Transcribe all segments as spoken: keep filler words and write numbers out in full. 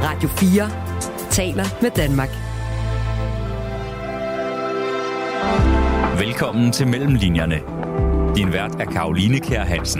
Radio fire taler med Danmark. Velkommen til Mellemlinjerne. Din vært er Caroline Kjær Hansen.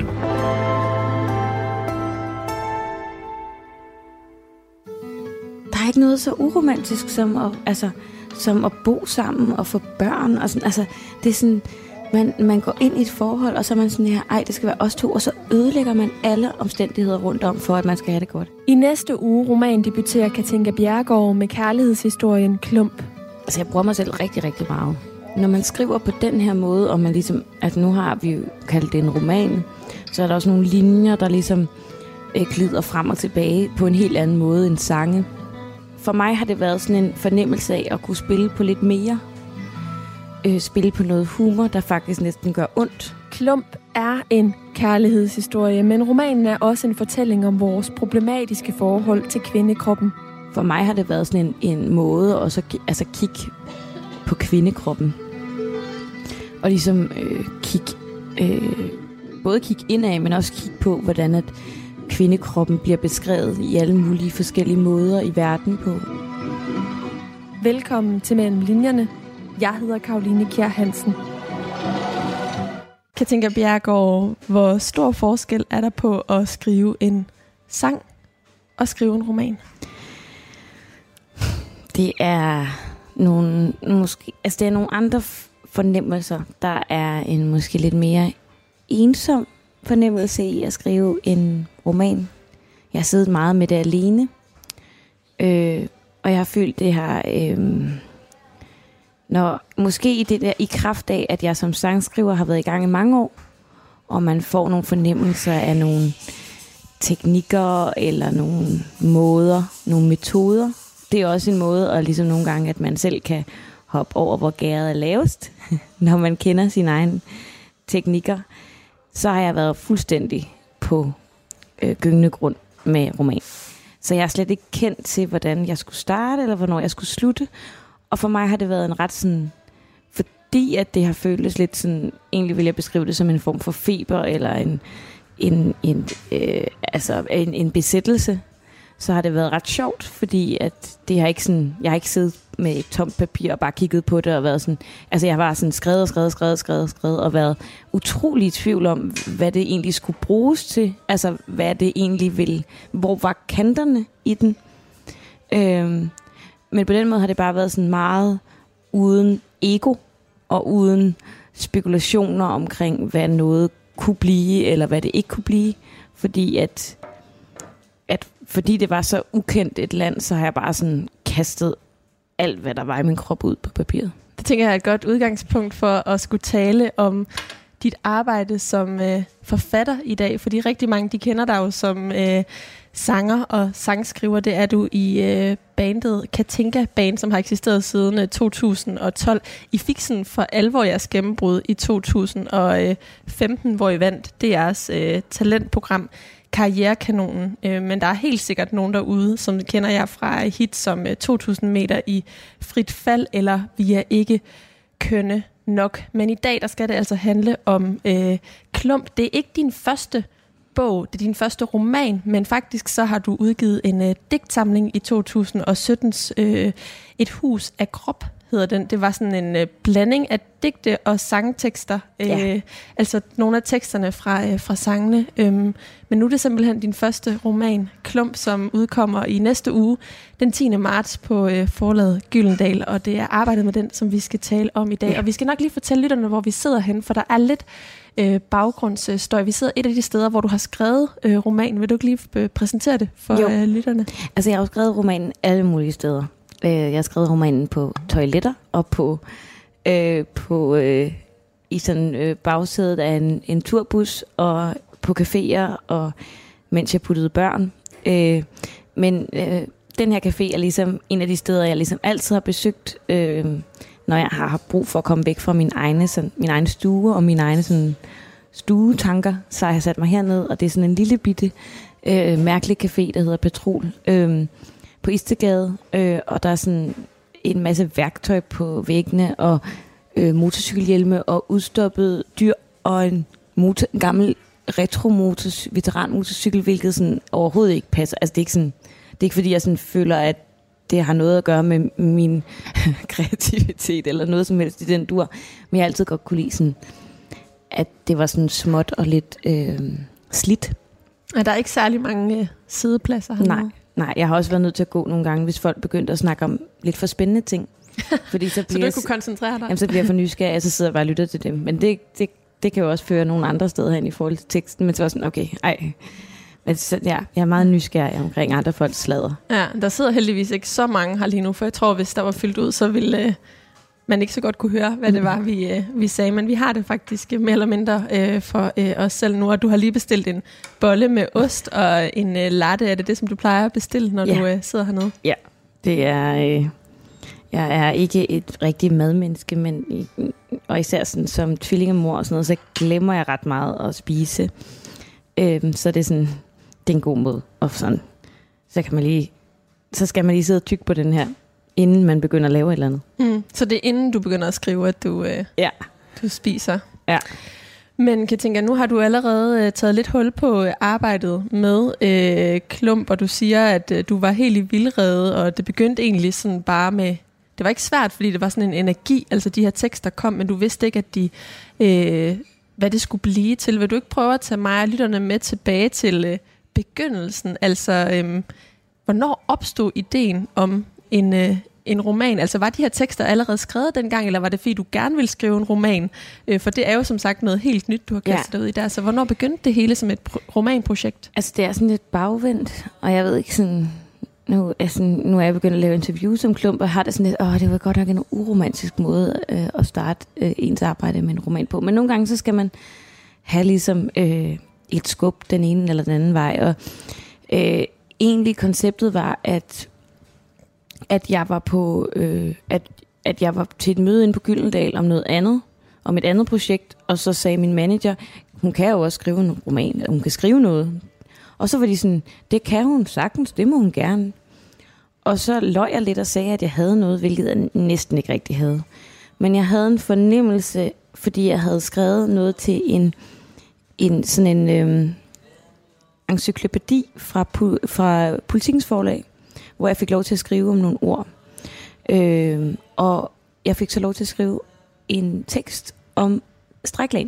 Der er ikke noget så uromantisk som at, altså, som at bo sammen og få børn. Og sådan, altså, det er sådan, man, man går ind i et forhold, og så er man sådan her, ej, det skal være os to, og så ødelægger man alle omstændigheder rundt om, for at man skal have det godt. I næste uge romandebuterer Katinka Bjerregaard med kærlighedshistorien Klump. Altså, jeg bruger mig selv rigtig, rigtig meget. Når man skriver på den her måde, og man ligesom, at nu har vi jo kaldt det en roman, så er der også nogle linjer, der ligesom øh, glider frem og tilbage på en helt anden måde end sange. For mig har det været sådan en fornemmelse af at kunne spille på lidt mere. Øh, spille på noget humor, der faktisk næsten gør ondt. Klump er en kærlighedshistorie, men romanen er også en fortælling om vores problematiske forhold til kvindekroppen. For mig har det været sådan en, en måde at så, altså kigge på kvindekroppen. Og ligesom øh, kigge, øh, både kigge indad, men også kigge på, hvordan at kvindekroppen bliver beskrevet i alle mulige forskellige måder i verden på. Velkommen til Mellem Linjerne. Jeg hedder Caroline Kjær Hansen. Katinka Bjerregaard, hvor stor forskel er der på at skrive en sang og skrive en roman? Det er nogle, måske, altså det er nogle andre fornemmelser. Der er en måske lidt mere ensom fornemmelse i at skrive en roman. Jeg har siddet meget med det alene, øh, og jeg har følt det her, øh, når måske i det der i kraft af, at jeg som sangskriver har været i gang i mange år, og man får nogle fornemmelser af nogle teknikker eller nogle måder, nogle metoder. Det er også en måde, og ligesom nogle gange, at man selv kan hoppe over, hvor gæret er lavest, når man kender sine egne teknikker. Så har jeg været fuldstændig på øh, gyngende grund med roman. Så jeg har slet ikke kendt til, hvordan jeg skulle starte, eller hvornår jeg skulle slutte. Og for mig har det været en ret sådan, fordi at det har føltes lidt sådan, egentlig vil jeg beskrive det som en form for feber, eller en, en, en, øh, altså en, en besættelse. Så har det været ret sjovt, fordi at det har ikke sådan, jeg har ikke siddet med et tomt papir og bare kigget på det og været sådan, altså jeg har bare sådan skrevet og skrevet, skrevet, skrevet, skrevet og været utrolig i tvivl om, hvad det egentlig skulle bruges til, altså hvad det egentlig ville, hvor var kanterne i den. Øhm, men på den måde har det bare været sådan meget uden ego og uden spekulationer omkring, hvad noget kunne blive, eller hvad det ikke kunne blive, fordi at at fordi det var så ukendt et land, så har jeg bare sådan kastet alt, hvad der var i min krop ud på papiret. Det tænker jeg er et godt udgangspunkt for at skulle tale om dit arbejde som øh, forfatter i dag, fordi rigtig mange, de kender dig jo som øh, sanger og sangskriver. Det er du i øh, bandet Katinka Band, som har eksisteret siden øh, to tusind og tolv. I fik sådan for alvor jeres gennembrud i to tusind og femten, hvor I vandt D R's øh, talentprogram Karrierekanonen, øh, men der er helt sikkert nogen derude, som kender jer fra hit som øh, to tusind meter i frit fald, eller Vi er ikke kønne nok. Men i dag, der skal det altså handle om øh, Klump. Det er ikke din første bog, det er din første roman, men faktisk så har du udgivet en øh, digtsamling i to tusind og sytten, øh, Et hus af krop hedder den. Det var sådan en øh, blanding af digte og sangtekster. Øh, ja. Altså nogle af teksterne fra, øh, fra sangene. Øhm, men nu er det simpelthen din første roman, Klump, som udkommer i næste uge, den tiende marts på øh, forlaget Gyldendal. Og det er arbejdet med den, som vi skal tale om i dag. Ja. Og vi skal nok lige fortælle lytterne, hvor vi sidder hen, for der er lidt øh, baggrundsstøj. Vi sidder et af de steder, hvor du har skrevet øh, romanen. Vil du ikke lige præsentere det for øh, lytterne? Altså jeg har jo skrevet romanen alle mulige steder. Jeg har skrevet romanen på toiletter og på, øh, på øh, i sådan øh, bagsædet af en, en turbus og på caféer, og mens jeg puttede børn. Øh, men øh, den her café er ligesom en af de steder, jeg ligesom altid har besøgt, øh, når jeg har brug for at komme væk fra min egne, sådan, min egen stue og mine egne sådan, stuetanker. Så har jeg sat mig herned, og det er sådan en lille bitte øh, mærkelig café, der hedder Petrol. Øh, på Istedgade, øh, og der er sådan en masse værktøj på væggene, og øh, motorcykelhjelme, og udstoppet dyr, og en, motor, en gammel retro-veteran-motorcykel, hvilket sådan overhovedet ikke passer. Altså det er ikke sådan, Det er ikke fordi, jeg sådan føler, at det har noget at gøre med min kreativitet, eller noget som helst i den dur. Men jeg har altid godt kunne lide sådan, at det var sådan småt og lidt øh, slidt. Er der ikke særlig mange øh, sidepladser hernede? Nej, nej, jeg har også været nødt til at gå nogle gange, hvis folk begyndte at snakke om lidt for spændende ting. Fordi så, så du ikke kunne koncentrere dig? Jamen, så bliver jeg for nysgerrig, og så sidder jeg bare og lytter til dem. Men det, det, det kan jo også føre nogle andre steder hen i forhold til teksten. Men så var sådan, okay, ej. Men så, ja, jeg er meget nysgerrig omkring andre folks sladder. Ja, der sidder heldigvis ikke så mange her lige nu, for jeg tror, hvis der var fyldt ud, så ville øh, man ikke så godt kunne høre, hvad det var, vi, øh, vi sagde. Men vi har det faktisk mere eller mindre øh, for øh, os selv nu, og du har lige bestilt en bolle med ost og en øh, latte. Er det det, som du plejer at bestille, når ja. du øh, sidder hernede? Ja, det er... Øh Jeg er ikke et rigtigt madmenneske, men og især sådan, som tvillingemor og sådan noget, så glemmer jeg ret meget at spise. Øhm, så det er sådan, det er en god måde. Og sådan, så kan man lige, så skal man lige sidde og tygge på den her, inden man begynder at lave et eller andet. Mm, så det er inden du begynder at skrive, at du, øh, ja. du spiser. Ja. Men Katinka, nu har du allerede øh, taget lidt hul på øh, arbejdet med øh, Klump, og du siger, at øh, du var helt i vildrede, og det begyndte egentlig sådan bare med... Det var ikke svært, fordi det var sådan en energi, altså de her tekster kom, men du vidste ikke, at de, øh, hvad det skulle blive til. Vil du ikke prøve at tage mig og lytterne med tilbage til øh, begyndelsen? Altså, øh, hvornår opstod ideen om en, øh, en roman? Altså, var de her tekster allerede skrevet dengang, eller var det fordi, du gerne ville skrive en roman? Øh, for det er jo som sagt noget helt nyt, du har kastet ja. dig ud i der. Så hvornår begyndte det hele som et pro- romanprojekt? Altså, det er sådan lidt bagvendt, og jeg ved ikke sådan... Nu er, sådan, nu er jeg begyndt at lave interviews som Klump, og har det sådan lidt, åh, det var godt nok en uromantisk måde øh, at starte øh, ens arbejde med en roman på. Men nogle gange, så skal man have ligesom øh, et skub den ene eller den anden vej. Og øh, egentlig konceptet var, at, at jeg var på, øh, at, at jeg var til et møde inde på Gyldendal om noget andet, om et andet projekt, og så sagde min manager, hun kan jo også skrive en roman, hun kan skrive noget. Og så var de sådan, det kan hun sagtens, det må hun gerne. Og så løj jeg lidt og sagde, at jeg havde noget, hvilket jeg næsten ikke rigtig havde. Men jeg havde en fornemmelse, fordi jeg havde skrevet noget til en, en sådan en øhm, encyklopædi fra, fra Politikens Forlag, hvor jeg fik lov til at skrive om nogle ord. Øhm, og jeg fik så lov til at skrive en tekst om stræklæn.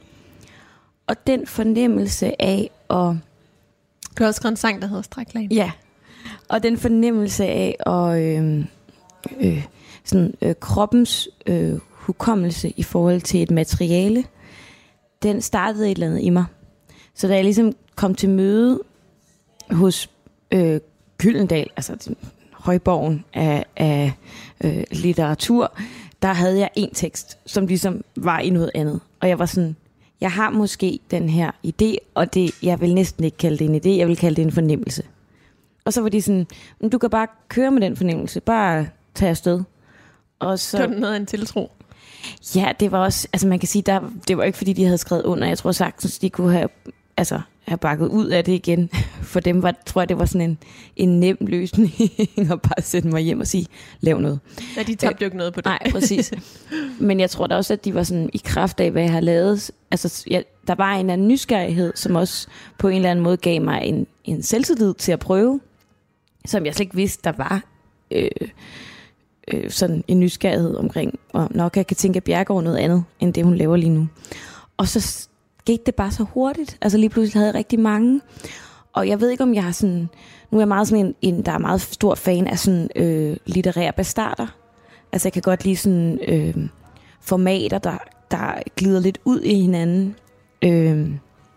Og den fornemmelse af at... Du har også skrevet en sang, der hedder Stræklæn. Ja, og den fornemmelse af at, øh, øh, sådan, øh, kroppens øh, hukommelse i forhold til et materiale, den startede et eller andet i mig. Så da jeg ligesom kom til møde hos øh, Gyldendal, altså højborgen af, af øh, litteratur, der havde jeg en tekst, som ligesom var i noget andet. Og jeg var sådan... Jeg har måske den her idé, og det, jeg vil næsten ikke kalde det en idé, jeg vil kalde det en fornemmelse. Og så var de sådan, du kan bare køre med den fornemmelse, bare tage afsted. Og så, det var noget af en tiltro. Ja, det var også, altså man kan sige, der, det var ikke fordi, de havde skrevet under. Jeg tror sagtens, de kunne have, altså, have bakket ud af det igen. For dem var, tror jeg, det var sådan en, en nem løsning at bare sende mig hjem og sige, lav noget. Ja, de tabte jo ikke noget på det. Nej, præcis. Men jeg tror da også, at de var sådan i kraft af, hvad jeg har lavet. Altså, jeg, der var en eller anden nysgerrighed, som også på en eller anden måde gav mig en, en selvtillid til at prøve, som jeg slet ikke vidste, der var øh, øh, sådan en nysgerrighed omkring. Og nok jeg kan tænke Bjerregaard noget andet, end det hun laver lige nu. Og så gik det bare så hurtigt. Altså lige pludselig havde jeg rigtig mange. Og jeg ved ikke, om jeg har sådan... Nu er jeg meget sådan en, en der er meget stor fan af sådan øh, litterære bastarder. Altså jeg kan godt lide sådan øh, formater, der, der glider lidt ud i hinanden. Øh,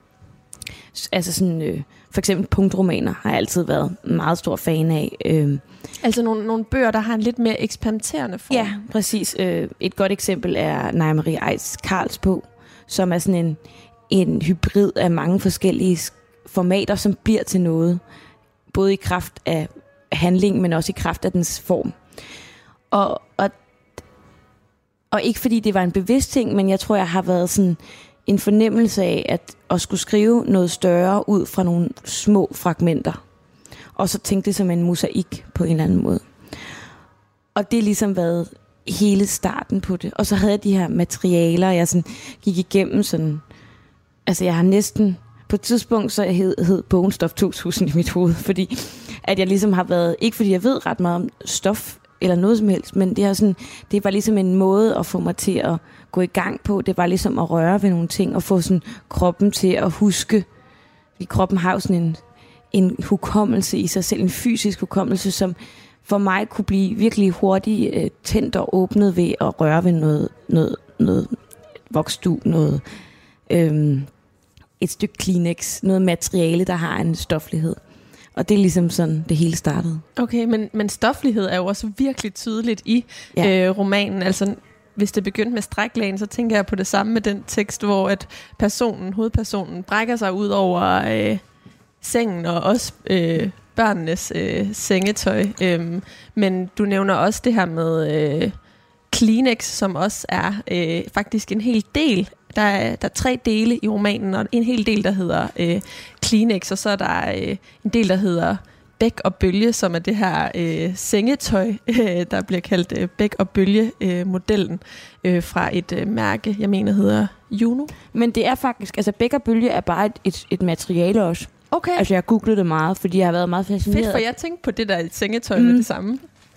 altså sådan... Øh, for eksempel punktromaner har jeg altid været meget stor fan af. Øh, altså nogle, nogle bøger, der har en lidt mere eksperimenterende form. Ja, præcis. Øh, et godt eksempel er Naja Marie Aids Karls bog, som er sådan en, en hybrid af mange forskellige formater, som bliver til noget. Både i kraft af handling, men også i kraft af dens form. Og, og, og ikke fordi det var en bevidst ting, men jeg tror, jeg har været sådan en fornemmelse af at, at skulle skrive noget større ud fra nogle små fragmenter. Og så tænkte det som en mosaik på en eller anden måde. Og det har ligesom været hele starten på det. Og så havde jeg de her materialer, jeg sådan gik igennem sådan... Altså jeg har næsten... På et tidspunkt så hed, hed Bogenstof to tusind i mit hoved, fordi at jeg ligesom har været, ikke fordi jeg ved ret meget om stof eller noget som helst, men det, har sådan, det var ligesom en måde at få mig til at gå i gang på. Det var ligesom at røre ved nogle ting og få sådan kroppen til at huske. Fordi kroppen har jo sådan en, en hukommelse i sig selv, en fysisk hukommelse, som for mig kunne blive virkelig hurtigt øh, tændt og åbnet ved at røre ved noget, noget, noget voksdu, noget, øhm, et stykke Kleenex, noget materiale, der har en stoflighed. Og det er ligesom sådan, det hele startede. Okay, men, men stoflighed er jo også virkelig tydeligt i ja. øh, romanen. Altså, hvis det begyndte med stræklægen, så tænker jeg på det samme med den tekst, hvor at personen, hovedpersonen, brækker sig ud over øh, sengen og også øh, børnenes øh, sengetøj. Øhm, men du nævner også det her med øh, Kleenex, som også er øh, faktisk en hel del. Der er, der er tre dele i romanen, og en hel del, der hedder øh, Kleenex, og så er der øh, en del, der hedder Bæk og Bølge, som er det her øh, sengetøj, øh, der bliver kaldt øh, Bæk og Bølge-modellen øh, øh, fra et øh, mærke, jeg mener hedder Juno. Men det er faktisk, altså Bæk og Bølge er bare et, et, et materiale også. Okay. Altså jeg googlede det meget, fordi jeg har været meget fascineret. Fedt, for jeg tænkte på det der sengetøj mm. med det samme.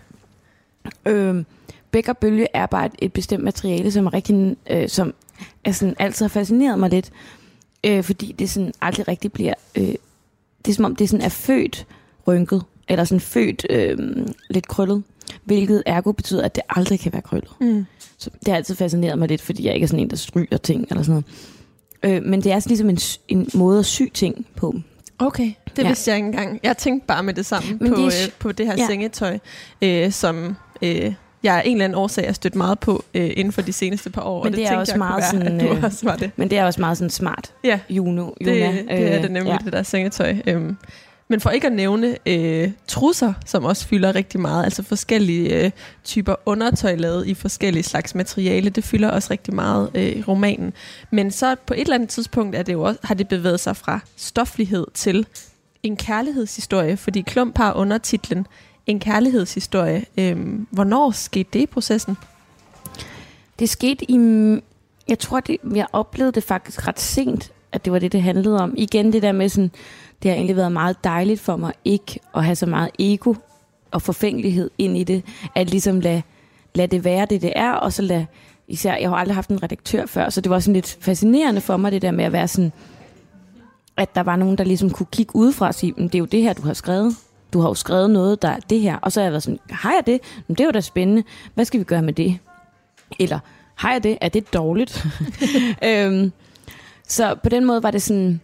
Øhm, Bæk og Bølge er bare et, et bestemt materiale, som er rigtig, øh, som er sådan, altid har fascineret mig lidt, øh, fordi det sådan aldrig rigtig bliver, øh, det er som om det sådan er født rynket, eller sådan født øh, lidt krøllet, hvilket ergo betyder, at det aldrig kan være krøllet. Mm. Så det har altid fascineret mig lidt, fordi jeg ikke er sådan en, der stryger ting, eller sådan noget. Øh, men det er sådan ligesom en, en måde at sy ting på. Okay, det ja. vidste jeg ikke engang. Jeg tænkte bare med det samme på det, øh, på det her ja. sengetøj, øh, som øh, jeg af en eller anden årsag er stødt meget på øh, inden for de seneste par år. Men og det, det er også jeg meget være, sådan, at du også var det. Men det er også meget sådan smart. Ja, Juno, det, Juna, det er det nemlig, ja. det der sengetøj. Øhm, men for ikke at nævne øh, trusser, som også fylder rigtig meget, altså forskellige øh, typer undertøj lavet i forskellige slags materiale, det fylder også rigtig meget øh, i romanen. Men så på et eller andet tidspunkt er det jo også, har det bevæget sig fra stoflighed til en kærlighedshistorie, fordi Klump har undertitlen En kærlighedshistorie. Øhm, hvornår skete det i processen? Det skete i... Jeg tror, det, jeg oplevede det faktisk ret sent, at det var det, det handlede om. Igen det der med sådan... Det har egentlig været meget dejligt for mig ikke at have så meget ego og forfængelighed ind i det. At ligesom lade, lade det være det, det er, og så lade... Især, jeg har aldrig haft en redaktør før, så det var sådan lidt fascinerende for mig, det der med at være sådan... At der var nogen, der ligesom kunne kigge udefra og sige, det er jo det her, du har skrevet. Du har jo skrevet noget, der er det her. Og så har jeg været sådan, har jeg det? Men det er jo da spændende. Hvad skal vi gøre med det? Eller, har jeg det? Er det dårligt? øhm, så på den måde var det sådan,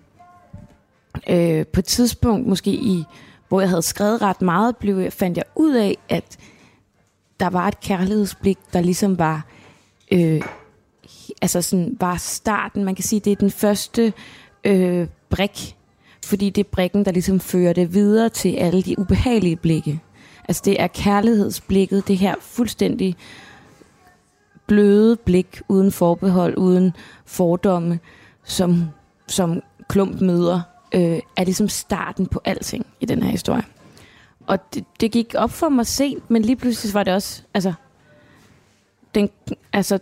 øh, på et tidspunkt måske, i, hvor jeg havde skrevet ret meget, blev, fandt jeg ud af, at der var et kærlighedsblik, der ligesom var, øh, altså sådan, var starten. Man kan sige, det er den første øh, brik, fordi det er brikken, der ligesom fører det videre til alle de ubehagelige blikke. Altså det er kærlighedsblikket, det her fuldstændig bløde blik, uden forbehold, uden fordomme, som, som Klump møder, øh, er ligesom starten på alting i den her historie. Og det, det gik op for mig sent, men lige pludselig var det også, altså, den, altså,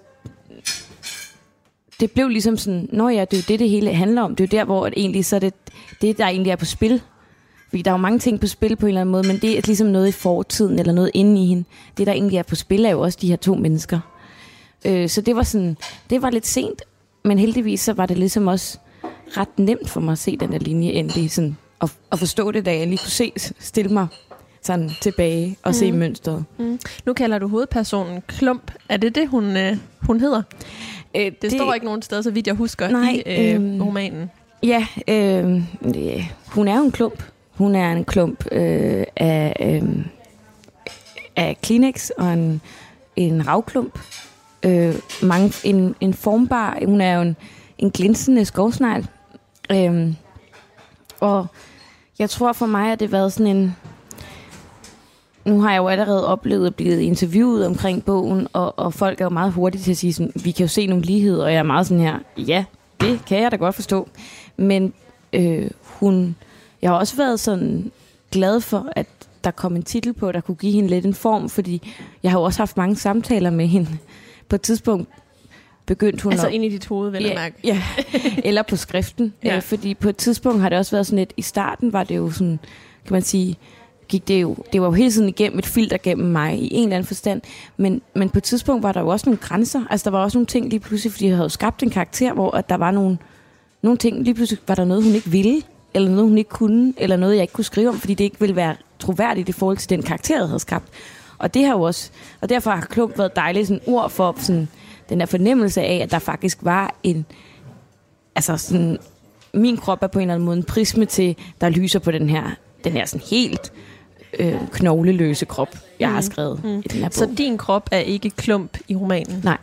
det blev ligesom sådan, nå ja, det er jo det, det hele handler om. Det er jo der, hvor det egentlig så er det, det, der egentlig er på spil. Fordi der er jo mange ting på spil på en eller anden måde, men det er ligesom noget i fortiden, eller noget inde i hende. Det, der egentlig er på spil, er jo også de her to mennesker. Øh, så det var sådan, det var lidt sent, men heldigvis så var det ligesom også ret nemt for mig at se den der linje endelig, sådan, og, og forstå det, da jeg lige kunne se, stille mig sådan tilbage og mm. se mønstret. Mm. Nu kalder du hovedpersonen Klump. Er det det, hun, øh, hun hedder? Øh, det, det står ikke nogen steder, så vidt jeg husker, nej, i øh, øh, romanen. Ja, øh, øh, hun er jo en klump. Hun er en klump øh, af, øh, af Kleenex og en, en ravklump. Øh, mange, en, en formbar, hun er jo en, en glinsende skovsnegl. Øh, og jeg tror for mig, at det har været sådan en... Nu har jeg jo allerede oplevet at blive interviewet omkring bogen, og, og folk er jo meget hurtige til at sige sådan, vi kan jo se nogle ligheder, og jeg er meget sådan her, ja, det kan jeg da godt forstå. Men øh, hun, jeg har også været sådan glad for, at der kom en titel på, der kunne give hende lidt en form, fordi jeg har jo også haft mange samtaler med hende. På et tidspunkt begyndte hun... Altså at, ind i dit hoved, vel at mærke. Ja, eller på skriften. Ja. Øh, fordi på et tidspunkt har det også været sådan lidt, i starten var det jo sådan, kan man sige, gik det jo, det var jo hele tiden igennem et filter gennem mig i en eller anden forstand, men, men på et tidspunkt var der jo også nogle grænser, altså der var også nogle ting lige pludselig, fordi jeg havde skabt en karakter, hvor at der var nogle, nogle ting, lige pludselig var der noget, hun ikke ville, eller noget, hun ikke kunne, eller noget, jeg ikke kunne skrive om, fordi det ikke ville være troværdigt i forhold til den karakter, jeg havde skabt. Og det har jo også, og derfor har Klump været dejligt sådan ord for sådan, den der fornemmelse af, at der faktisk var en, altså sådan, min krop er på en eller anden måde en prisme til, der lyser på den her, den her sådan helt øh, knogleløse krop, jeg mm. har skrevet mm. i den her bog. Så din krop er ikke Klump i romanen? Nej.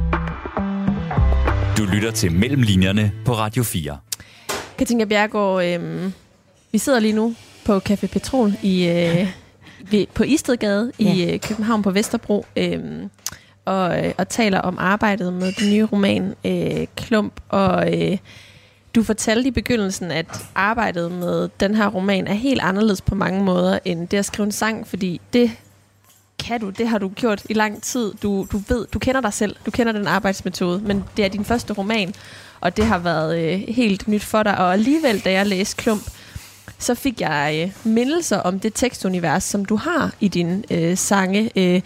Du lytter til Mellem Linjerne på Radio fire. Katinka Bjerregaard, øh, vi sidder lige nu på Café Petrol i, øh, ved, på Istedgade ja. i øh, København på Vesterbro, øh, og, øh, og taler om arbejdet med den nye roman øh, Klump. Og øh, du fortalte i begyndelsen, at arbejdet med den her roman er helt anderledes på mange måder end det at skrive en sang, fordi det kan du, det har du gjort i lang tid. Du, du ved, du kender dig selv, du kender den arbejdsmetode, men det er din første roman, og det har været øh, helt nyt for dig. Og alligevel, da jeg læste Klump, så fik jeg øh, mindelser om det tekstunivers, som du har i dine øh, sange. Øh,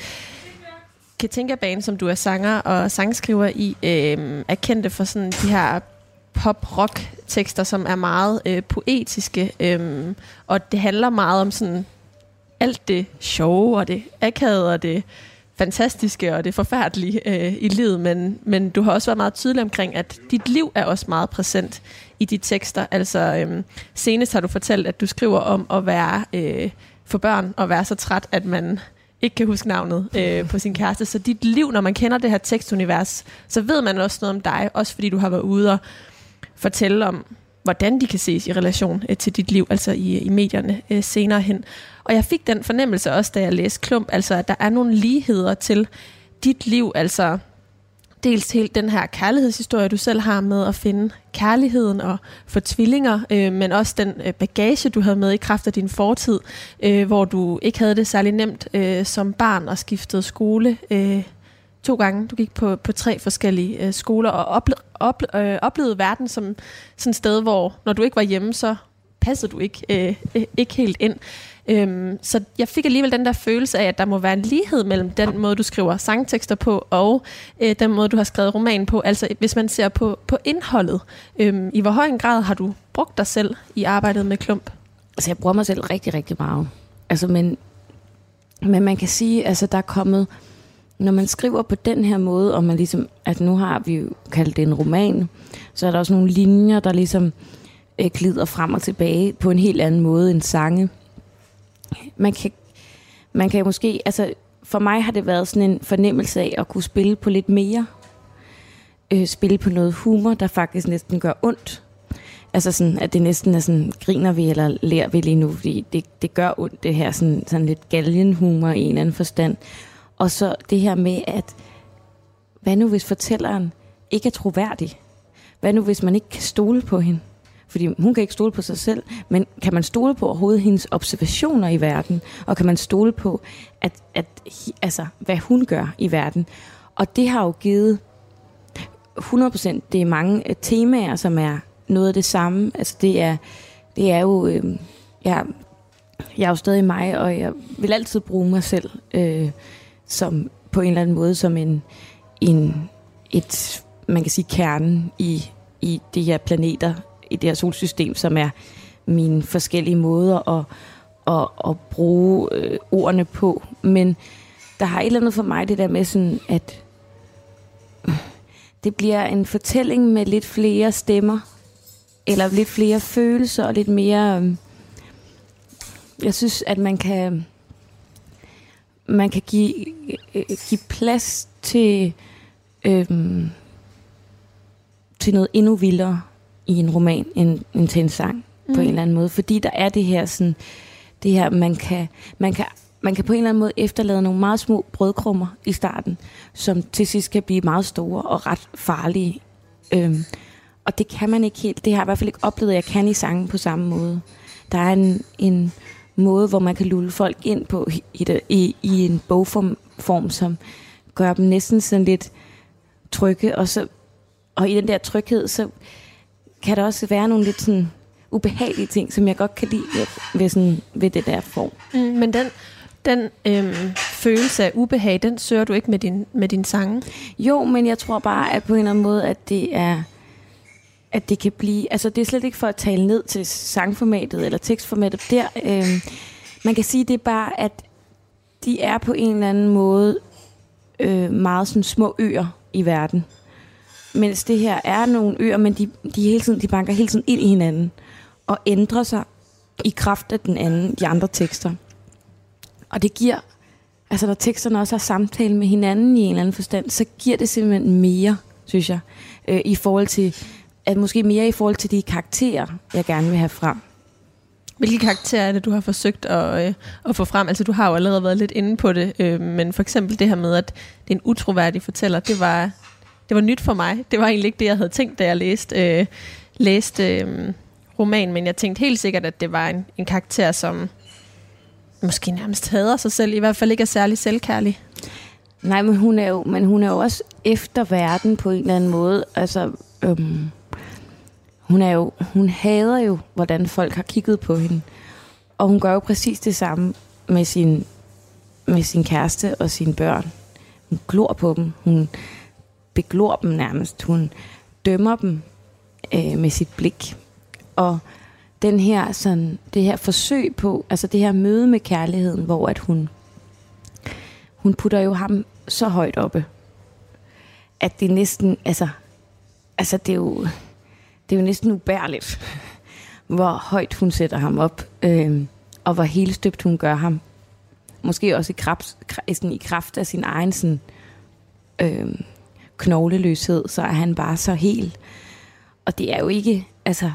Katinka Bane, som du er sanger og sangskriver i, øh, er kendte for sådan de her pop-rock-tekster, som er meget øh, poetiske, øh, og det handler meget om sådan alt det sjove og det akavede og det fantastiske og det forfærdelige øh, i livet, men, men du har også været meget tydelig omkring, at dit liv er også meget præsent i de tekster. Altså øh, senest har du fortalt, at du skriver om at være øh, for børn og være så træt, at man ikke kan huske navnet øh, på sin kæreste. Så dit liv, når man kender det her tekstunivers, så ved man også noget om dig, også fordi du har været ude og fortælle om, hvordan de kan ses i relation øh, til dit liv, altså i, i medierne øh, senere hen. Og jeg fik den fornemmelse også, da jeg læste Klump, altså at der er nogle ligheder til dit liv, altså dels helt den her kærlighedshistorie, du selv har med at finde kærligheden og få tvillinger, øh, men også den øh, bagage, du havde med i kraft af din fortid, øh, hvor du ikke havde det særlig nemt øh, som barn og skiftede skole øh, to gange. Du gik på, på tre forskellige øh, skoler og ople, ople, øh, oplevede verden som sådan et sted, hvor når du ikke var hjemme, så passede du ikke, øh, ikke helt ind. Øhm, så jeg fik alligevel den der følelse af, at der må være en lighed mellem den måde, du skriver sangtekster på, og øh, den måde, du har skrevet romanen på. Altså hvis man ser på, på indholdet. Øhm, I hvor høj en grad har du brugt dig selv i arbejdet med Klump? Altså jeg bruger mig selv rigtig, rigtig meget. Altså, men, men man kan sige, altså der er kommet, når man skriver på den her måde, og man ligesom, at nu har vi jo kaldt det en roman, så er der også nogle linjer, der ligesom øh, glider frem og tilbage på en helt anden måde end sange. Man kan, man kan måske, altså for mig har det været sådan en fornemmelse af at kunne spille på lidt mere. Øh, spille på noget humor, der faktisk næsten gør ondt. Altså sådan, at det næsten er sådan, griner vi eller lærer vi lige nu, fordi det, det gør ondt, det her sådan, sådan lidt galgenhumor i en eller anden forstand. Og så det her med, at hvad nu hvis fortælleren ikke er troværdig? Hvad nu hvis man ikke kan stole på hende? Fordi hun kan ikke stole på sig selv, men kan man stole på overhovedet hendes observationer i verden? Og kan man stole på, at, at, altså, hvad hun gør i verden? Og det har jo givet hundrede procent, det er mange temaer, som er noget af det samme. Altså det er, det er jo, øh, jeg, jeg er jo stadig mig, og jeg vil altid bruge mig selv øh, som, på en eller anden måde som en, en et, man kan sige, kernen i, i de her planeter, i det her solsystem, som er mine forskellige måder at, at, at bruge øh, ordene på. Men der har et eller andet for mig det der med sådan, at det bliver en fortælling med lidt flere stemmer, eller lidt flere følelser, og lidt mere... Øh, jeg synes, at man kan, man kan give, øh, give plads til, øh, til noget endnu vildere i en roman end, end til en sang mm. på en eller anden måde, fordi der er det her sådan, det her man kan man kan man kan på en eller anden måde efterlade nogle meget små brødkrummer i starten, som til sidst kan blive meget store og ret farlige. Øhm, og det kan man ikke helt. Det har jeg i hvert fald ikke oplevet, at jeg kan i sangen på samme måde. Der er en, en måde, hvor man kan lulle folk ind på i, det, i, i en bogform, form, som gør dem næsten sådan lidt trygge, og så og i den der tryghed, så kan der også være nogle lidt sådan ubehagelige ting, som jeg godt kan lide ved, sådan, ved det der form. Mm, men den, den øhm, følelse af ubehag, den søger du ikke med din, med din sange? Jo, men jeg tror bare, at på en eller anden måde, at det er... at det kan blive... Altså, det er slet ikke for at tale ned til sangformatet eller tekstformatet der. Øhm, man kan sige, det er bare, at de er på en eller anden måde øh, meget sådan små øer i verden. Mens det her er nogle øer, men de, de, hele tiden, de banker hele tiden ind i hinanden og ændrer sig i kraft af den anden, de andre tekster. Og det giver... Altså, når teksterne også har samtale med hinanden i en eller anden forstand, så giver det simpelthen mere, synes jeg, øh, i forhold til... at måske mere i forhold til de karakterer, jeg gerne vil have frem. Hvilke karakterer er det, du har forsøgt at, øh, at få frem? Altså, du har jo allerede været lidt inde på det, øh, men for eksempel det her med, at det er en utroværdig fortæller, det var, det var nyt for mig. Det var egentlig ikke det, jeg havde tænkt, da jeg læste, øh, læste øh, romanen, men jeg tænkte helt sikkert, at det var en, en karakter, som måske nærmest hader sig selv, i hvert fald ikke er særlig selvkærlig. Nej, men hun er jo, men hun er jo også efter verden på en eller anden måde. Altså... Øhm Hun, er jo, hun hader jo, hvordan folk har kigget på hende. Og hun gør jo præcis det samme med sin, med sin kæreste og sine børn. Hun glor på dem. Hun beglor dem nærmest. Hun dømmer dem øh, med sit blik. Og den her, sådan, det her forsøg på, altså det her møde med kærligheden, hvor at hun, hun putter jo ham så højt oppe, at det næsten, altså, altså det er jo... Det er jo næsten ubærligt, hvor højt hun sætter ham op, øh, og hvor helstøbt hun gør ham. måske også i kraft, i kraft af sin egen sådan, øh, knogleløshed, så er han bare så hel. Og det er jo ikke, altså,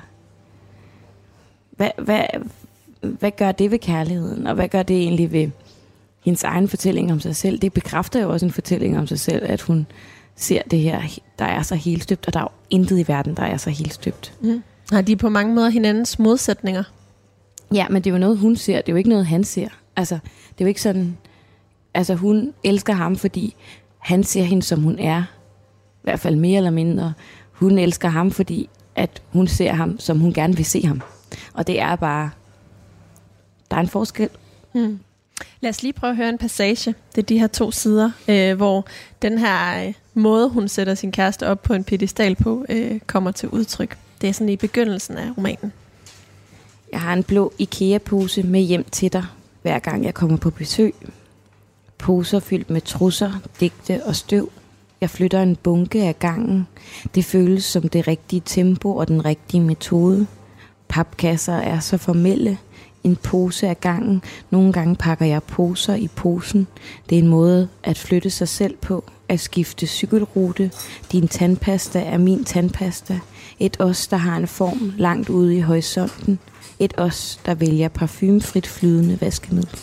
hvad, hvad, hvad gør det ved kærligheden, og hvad gør det egentlig ved hendes egen fortælling om sig selv? Det bekræfter jo også en fortælling om sig selv, at hun ser det her, der er så helstøbt, og der er jo intet i verden, der er så helstøbt. Mm. Har de på mange måder hinandens modsætninger? Ja, men det er jo noget, hun ser, det er jo ikke noget, han ser. Altså, det er jo ikke sådan, altså hun elsker ham, fordi han ser hende, som hun er, i hvert fald mere eller mindre. Hun elsker ham, fordi at hun ser ham, som hun gerne vil se ham. Og det er bare, der er en forskel. Mm. Lad os lige prøve at høre en passage. Det er de her to sider, øh, hvor den her øh, måde, hun sætter sin kæreste op på en pedestal på, øh, kommer til udtryk. Det er sådan i begyndelsen af romanen. Jeg har en blå IKEA-pose med hjem til dig, hver gang jeg kommer på besøg. Poser fyldt med trusser, digte og støv. Jeg flytter en bunke af gangen. Det føles som det rigtige tempo og den rigtige metode. Papkasser er så formelle. En pose af gangen. Nogle gange pakker jeg poser i posen. Det er en måde at flytte sig selv på. At skifte cykelrute. Din tandpasta er min tandpasta. Et os, der har en form langt ude i horisonten. Et os, der vælger parfumefrit flydende vaskemiddel.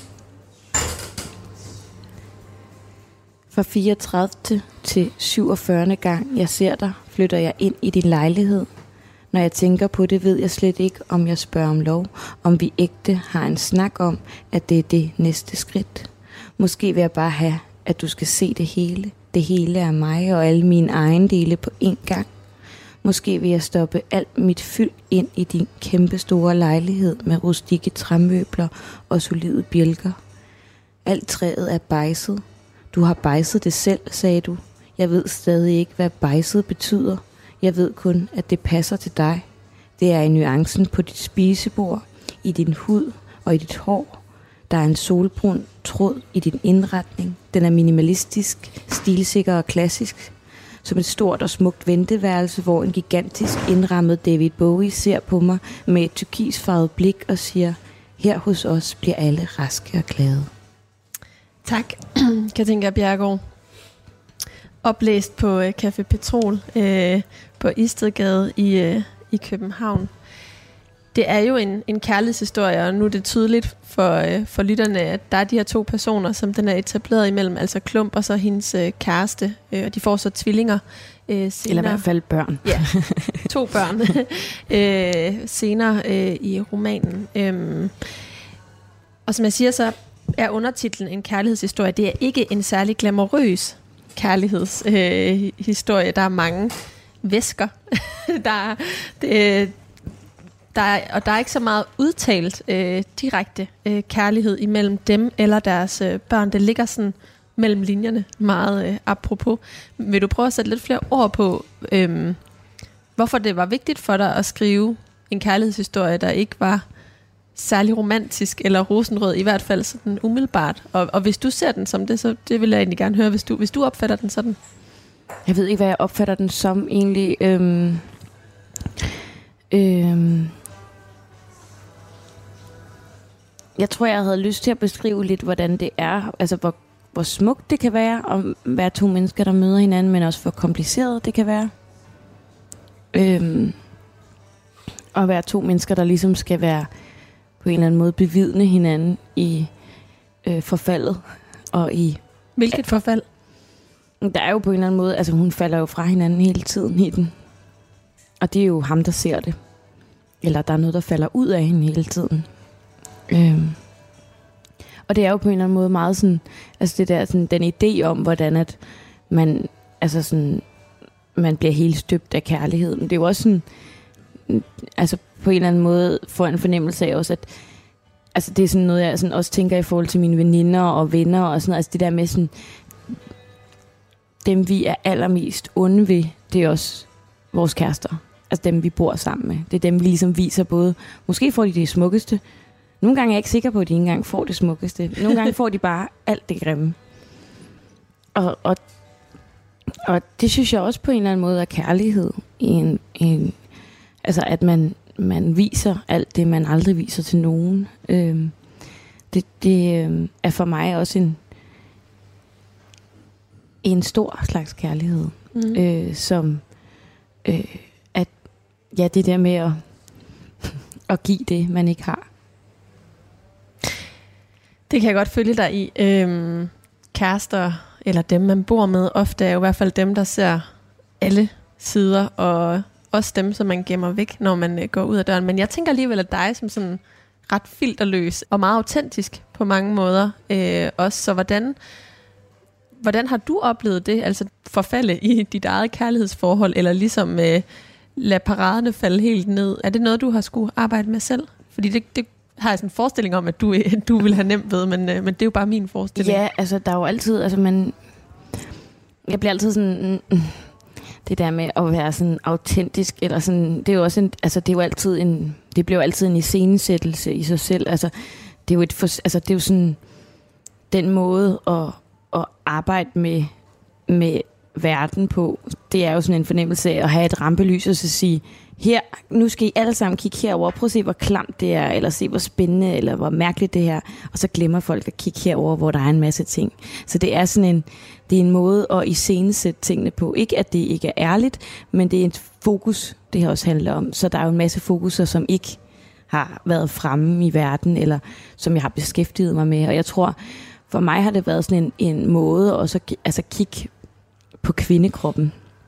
Fra fireogtredivte til syvogfyrre gang jeg ser dig, flytter jeg ind i din lejlighed. Når jeg tænker på det, ved jeg slet ikke, om jeg spørger om lov, om vi ægte har en snak om, at det er det næste skridt. Måske vil jeg bare have, at du skal se det hele. Det hele er mig og alle mine ejendele på én gang. Måske vil jeg stoppe alt mit fyld ind i din kæmpe store lejlighed med rustikke træmøbler og solide bjælker. Alt træet er bejset. Du har bejset det selv, sagde du. Jeg ved stadig ikke, hvad bejset betyder. Jeg ved kun, at det passer til dig. Det er i nuancen på dit spisebord, i din hud og i dit hår. Der er en solbrun tråd i din indretning. Den er minimalistisk, stilsikker og klassisk. Som et stort og smukt venteværelse, hvor en gigantisk indrammet David Bowie ser på mig med et turkisfarvet blik og siger, her hos os bliver alle raske og glade. Tak, Katinka Bjerregaard. Oplæst på øh, Café Petrol øh, på Istedgade i, øh, i København. Det er jo en, en kærlighedshistorie, og nu er det tydeligt for, øh, for lytterne, at der er de her to personer, som den er etableret imellem, altså Klump og så hendes øh, kæreste, øh, og de får så tvillinger. Øh, senere. Eller i hvert fald børn. Ja, to børn øh, senere øh, i romanen. Øhm, og som jeg siger, så er undertitlen en kærlighedshistorie. Det er ikke en særlig glamourøs kærlighedshistorie. Øh, der er mange væsker. der er, det, Der er, og der er ikke så meget udtalt øh, direkte øh, kærlighed imellem dem eller deres øh, børn. Det ligger sådan mellem linjerne meget øh, apropos. Vil du prøve at sætte lidt flere ord på, øh, hvorfor det var vigtigt for dig at skrive en kærlighedshistorie, der ikke var særlig romantisk eller rosenrød, i hvert fald sådan umiddelbart. Og, og hvis du ser den som det, så det vil jeg egentlig gerne høre, hvis du, hvis du opfatter den sådan. Jeg ved ikke, hvad jeg opfatter den som egentlig. Øhm, øhm, jeg tror, jeg havde lyst til at beskrive lidt, hvordan det er, altså hvor, hvor smukt det kan være at være to mennesker, der møder hinanden, men også hvor kompliceret det kan være. Øhm, at være to mennesker, der ligesom skal være på en eller anden måde bevidne hinanden i øh, forfaldet og i... Hvilket forfald? Der er jo på en eller anden måde, altså hun falder jo fra hinanden hele tiden i den. Og det er jo ham, der ser det. Eller der er noget, der falder ud af hende hele tiden. Øhm. Og det er jo på en eller anden måde meget sådan, altså det der sådan, den idé om, hvordan at man, altså sådan, man bliver helt støbt af kærligheden. Det er jo også sådan, altså på en eller anden måde får en fornemmelse af også, at altså det er sådan noget, jeg sådan også tænker i forhold til mine veninder og venner og sådan noget. Altså det der med sådan, dem vi er allermest onde ved, det er også vores kærester. Altså dem vi bor sammen med. Det er dem vi ligesom viser både, måske får de det smukkeste. Nogle gange er jeg ikke sikker på, at de ikke engang får det smukkeste. Nogle gange får de bare alt det grimme. Og, og, og det synes jeg også på en eller anden måde er kærlighed. En, en, altså at man, man viser alt det, man aldrig viser til nogen. Øhm, det det øhm, er for mig også en, en stor slags kærlighed. Mm. Øh, som øh, at ja, det der med at, at give det, man ikke har. Det kan jeg godt følge dig i. Øhm, kærester, eller dem man bor med, ofte er jo i hvert fald dem, der ser alle sider, og også dem, som man gemmer væk, når man øh, går ud af døren. Men jeg tænker alligevel, at dig som sådan ret filterløs og meget autentisk på mange måder øh, også. Så hvordan, hvordan har du oplevet det? Altså forfalde i dit eget kærlighedsforhold, eller ligesom øh, lade paraderne falde helt ned? Er det noget, du har skulle arbejde med selv? Fordi det, det har jeg sådan en forestilling om, at du, du vil have nemt ved, men, men det er jo bare min forestilling. Ja, altså der er jo altid, altså man, jeg bliver altid sådan, det der med at være sådan autentisk, eller sådan, det er jo også en, altså det er jo altid en, det bliver jo altid en iscenesættelse i sig selv, altså det er jo et, for, altså det er jo sådan, den måde at, at arbejde med, med verden på, det er jo sådan en fornemmelse af at have et rampelys og så sige, her, nu skal I alle sammen kigge herover, prøv at se, hvor klamt det er, eller se, hvor spændende, eller hvor mærkeligt det her, og så glemmer folk at kigge herover, hvor der er en masse ting. Så det er sådan en, det er en måde at iscenesætte tingene på. Ikke at det ikke er ærligt, men det er et fokus, det her også handler om. Så der er jo en masse fokuser, som ikke har været fremme i verden, eller som jeg har beskæftiget mig med. Og jeg tror, for mig har det været sådan en, en måde at så, altså kigge på kvindekroppen.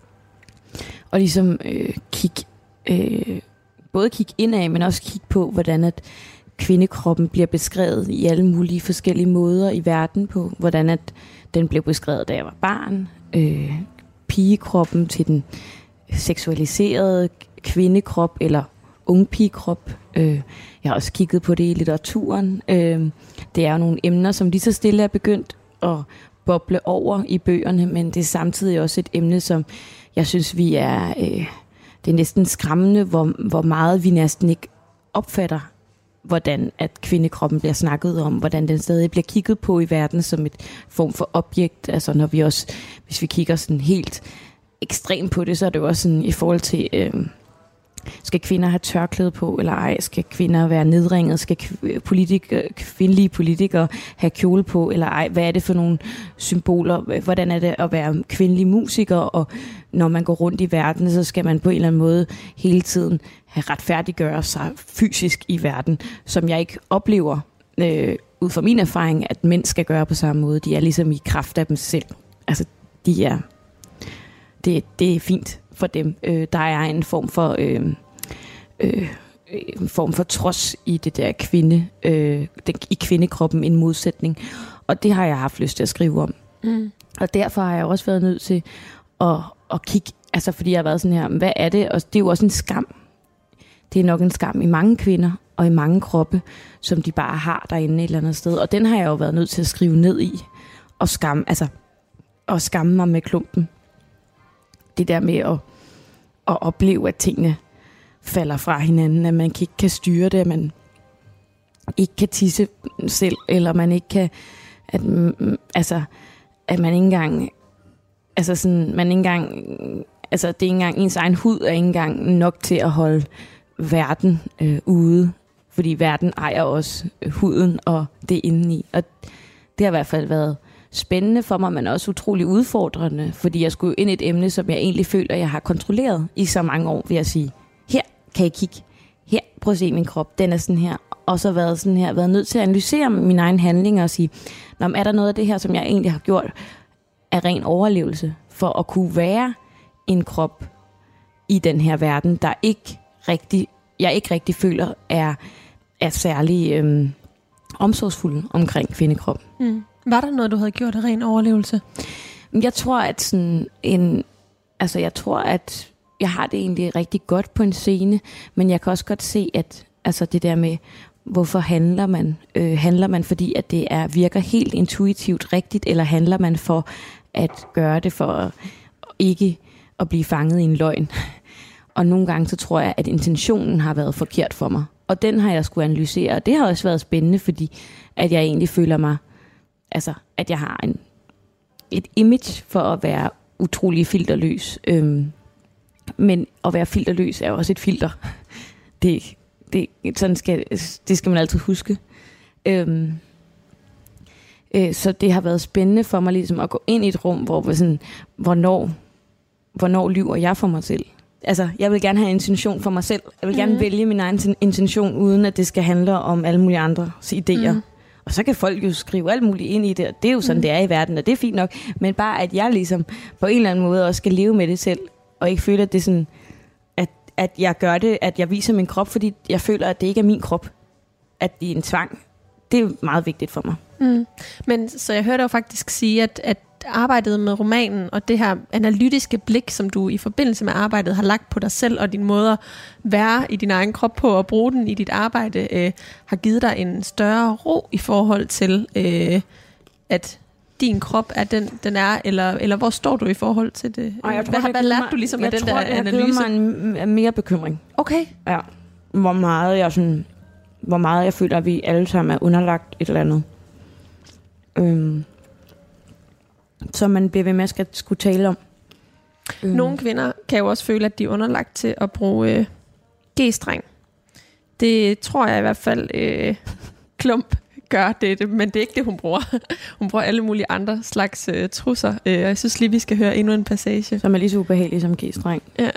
Og ligesom øh, kigge Øh, både kigge indad, men også kigge på, hvordan at kvindekroppen bliver beskrevet i alle mulige forskellige måder i verden på. Hvordan at den blev beskrevet, da jeg var barn. Øh, pigekroppen til den seksualiserede kvindekrop, eller ungpigekrop. Øh, jeg har også kigget på det i litteraturen. Øh, det er jo nogle emner, som lige så stille er begyndt at boble over i bøgerne, men det er samtidig også et emne, som jeg synes, vi er... Øh, Det er næsten skræmmende, hvor, hvor meget vi næsten ikke opfatter, hvordan at kvindekroppen bliver snakket om, hvordan den stadig bliver kigget på i verden som et form for objekt. Altså når vi også, hvis vi kigger sådan helt ekstremt på det, så er det jo også sådan i forhold til, øh, skal kvinder have tørklæde på, eller ej? Skal kvinder være nedringet? Skal politikere, kvindelige politikere have kjole på, eller ej? Hvad er det for nogle symboler? Hvordan er det at være kvindelig musiker? Og når man går rundt i verden, så skal man på en eller anden måde hele tiden have retfærdiggøre sig fysisk i verden, som jeg ikke oplever, øh, ud fra min erfaring, at mænd skal gøre på samme måde. De er ligesom i kraft af dem selv. Altså, de er, det, det er fint for dem. Øh, der er en form for øh, øh, en form for trods i det der kvinde, øh, den, i kvindekroppen, en modsætning. Og det har jeg haft lyst til at skrive om. Mm. Og derfor har jeg også været nødt til at, at kigge, altså fordi jeg har været sådan her, hvad er det? Og det er jo også en skam. det er nok en skam i mange kvinder og i mange kroppe, som de bare har derinde et eller andet sted. Og den har jeg jo været nødt til at skrive ned i og skamme, altså, og skamme mig med klumpen. Det der med at, at opleve, at tingene falder fra hinanden, at man ikke kan styre det, at man ikke kan tisse selv, eller man ikke kan, at, altså, at man ikke engang, altså sådan, man ikke engang, altså det er ikke engang, ens egen hud er ikke engang nok til at holde verden øh, ude, fordi verden ejer også øh, huden og det indeni, og det har i hvert fald været spændende for mig, men også utrolig udfordrende, fordi jeg skulle ind i et emne, som jeg egentlig føler, jeg har kontrolleret i så mange år, vil jeg sige, her kan I kigge, her, prøv at se min krop, den er sådan her, og så været sådan her, været nødt til at analysere mine egne handlinger og sige, nå, er der noget af det her, som jeg egentlig har gjort af ren overlevelse, for at kunne være en krop i den her verden, der ikke rigtig, jeg ikke rigtig føler er, er særlig øhm, omsorgsfuld omkring kvindekrop. Mm. Var der noget, du havde gjort af ren overlevelse? Jeg tror, at sådan en, altså jeg tror, at jeg har det egentlig rigtig godt på en scene, men jeg kan også godt se, at altså det der med, hvorfor handler man? Øh, handler man, fordi at det er, virker helt intuitivt rigtigt, eller handler man for at gøre det for at, ikke at blive fanget i en løgn? Og nogle gange så tror jeg, at intentionen har været forkert for mig. Og den har jeg skulle analysere, og det har også været spændende, fordi at jeg egentlig føler mig, altså at jeg har en, et image for at være utrolig filterløs. Øhm, men at være filterløs er jo også et filter. Det, det, sådan skal, det skal man altid huske. Øhm, øh, så det har været spændende for mig ligesom at gå ind i et rum, hvor sådan, hvornår, hvornår lyver jeg for mig selv. Altså, jeg vil gerne have en intention for mig selv. Jeg vil gerne mm. vælge min egen intention, uden at det skal handle om alle mulige andres idéer. Mm. Og så kan folk jo skrive alt muligt ind i det, og det er jo sådan, mm. det er i verden, og det er fint nok. Men bare, at jeg ligesom på en eller anden måde også skal leve med det selv, og ikke føle, at det er sådan, at, at jeg gør det, at jeg viser min krop, fordi jeg føler, at det ikke er min krop. At det er en tvang. Det er meget vigtigt for mig. Mm. Men så jeg hørte jo faktisk sige, at, at arbejdet med romanen og det her analytiske blik, som du i forbindelse med arbejdet har lagt på dig selv og din måde at være i din egen krop på og bruge den i dit arbejde, øh, har givet dig en større ro i forhold til, øh, at din krop er den, den er, eller, eller hvor står du i forhold til det? Ej, jeg tror, hvad har, hvad lærte mig, du ligesom jeg af den tror, der det analyse? Jeg tror, det mig en mere bekymring. Okay. Ja. Hvor meget jeg sådan, hvor meget jeg føler, at vi alle sammen er underlagt et eller andet. Øhm. Som man bliver ved med at skal, skulle tale om. Mm. Nogle kvinder kan jo også føle, at de er underlagt til at bruge øh, G-streng. Det tror jeg i hvert fald, øh, Klump gør det, det, men det er ikke det, hun bruger. Hun bruger alle mulige andre slags øh, trusser. Øh, og jeg synes lige, vi skal høre endnu en passage. Som er lige så ubehagelig som G-streng. Ja.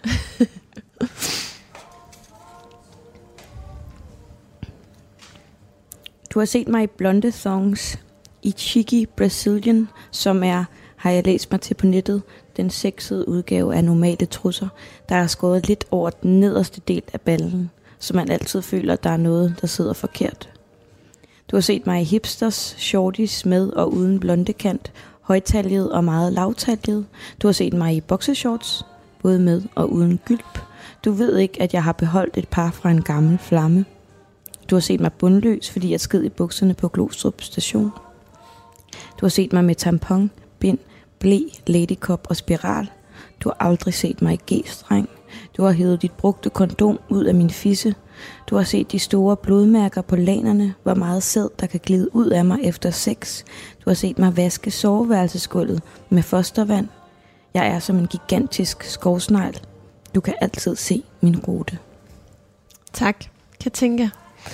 Du har set mig i blonde songs i Cheeky Brazilian, som er, har jeg læst mig til på nettet, den sexede udgave af normale trusser, der er skåret lidt over den nederste del af ballen, så man altid føler, at der er noget, der sidder forkert. Du har set mig i hipsters, shorties med og uden blondekant, højtaljet og meget lavtaljet. Du har set mig i boxershorts, både med og uden gylp. Du ved ikke, at jeg har beholdt et par fra en gammel flamme. Du har set mig bundløs, fordi jeg sked i bukserne på Glostrup station. Du har set mig med tampon, bind, ble, ladycup og spiral. Du har aldrig set mig i G-streng. Du har hævet dit brugte kondom ud af min fisse. Du har set de store blodmærker på lanerne, hvor meget sæd, der kan glide ud af mig efter sex. Du har set mig vaske soveværelsesgulvet med fostervand. Jeg er som en gigantisk skovsnegl. Du kan altid se min rute. Tak, Katinka.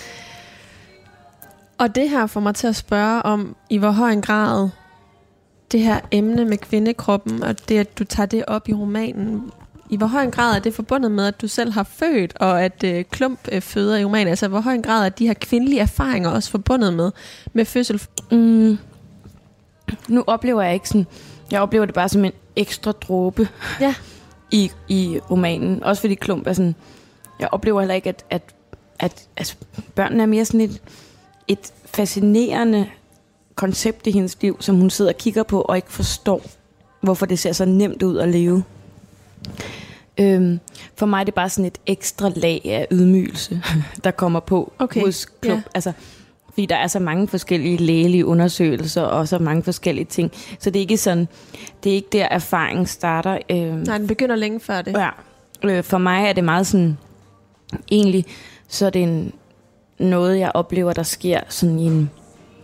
Og det her får mig til at spørge om, i hvor høj en grad det her emne med kvindekroppen, og det, at du tager det op i romanen, i hvor høj en grad er det forbundet med, at du selv har født, og at øh, Klump øh, føder i romanen? Altså, hvor høj en grad er de her kvindelige erfaringer også forbundet med, med fødsel? Mm. Nu oplever jeg ikke sådan, jeg oplever det bare som en ekstra dråbe ja. i, i romanen. Også fordi Klump er sådan, jeg oplever heller ikke, at, at, at altså, børnene er mere sådan et, et fascinerende koncept i hendes liv, som hun sidder og kigger på og ikke forstår, hvorfor det ser så nemt ud at leve. Øhm, for mig er det bare sådan et ekstra lag af ydmygelse, der kommer på okay. hos klub. Ja. Altså, fordi der er så mange forskellige lægelige undersøgelser, og så mange forskellige ting. Så det er ikke sådan, det er ikke der erfaringen starter. Øhm, Nej, den begynder længe før det. Ja. Øh, for mig er det meget sådan, egentlig, så er det en, noget, jeg oplever, der sker sådan i en,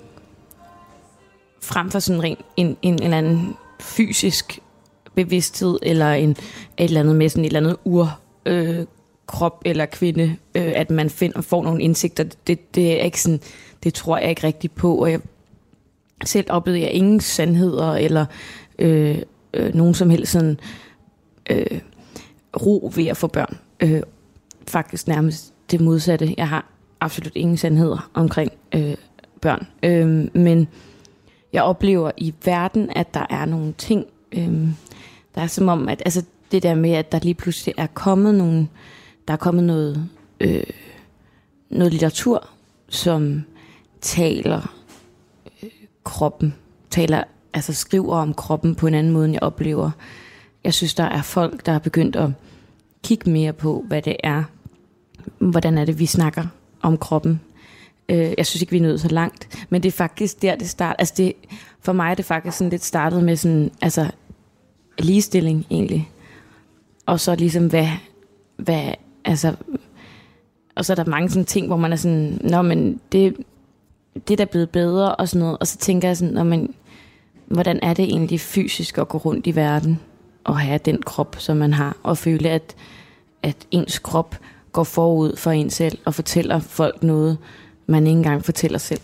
frem for sådan en, en, en eller anden fysisk bevidsthed, eller en, et eller andet med sådan et eller andet ur, øh, krop eller kvinde, øh, at man finder, får nogle indsigter. Det, det er ikke sådan, det tror jeg ikke rigtigt på, og jeg selv oplevede jeg ingen sandheder, eller øh, øh, nogen som helst sådan øh, ro ved at få børn. Øh, faktisk nærmest det modsatte. Jeg har absolut ingen sandheder omkring øh, børn. Øh, men jeg oplever i verden, at der er nogle ting, øh, der er som om, at altså, det der med, at der lige pludselig er kommet nogle, der er kommet noget, øh, noget litteratur, som taler øh, kroppen, taler, altså skriver om kroppen på en anden måde, end jeg oplever. Jeg synes, der er folk, der har begyndt at kigge mere på, hvad det er, hvordan er det, vi snakker om kroppen. Øh, jeg synes ikke, vi er nået så langt, men det er faktisk der, det starter. Altså det, for mig er det faktisk sådan lidt startet med sådan, altså ligestilling egentlig. Og så ligesom, hvad, hvad, altså, og så er der mange sådan ting, hvor man er sådan, nå, men det, det er da blevet bedre og sådan noget. Og så tænker jeg sådan, nå, men hvordan er det egentlig fysisk at gå rundt i verden og have den krop, som man har, og føle, at, at ens krop går forud for en selv og fortæller folk noget, man ikke engang fortæller selv.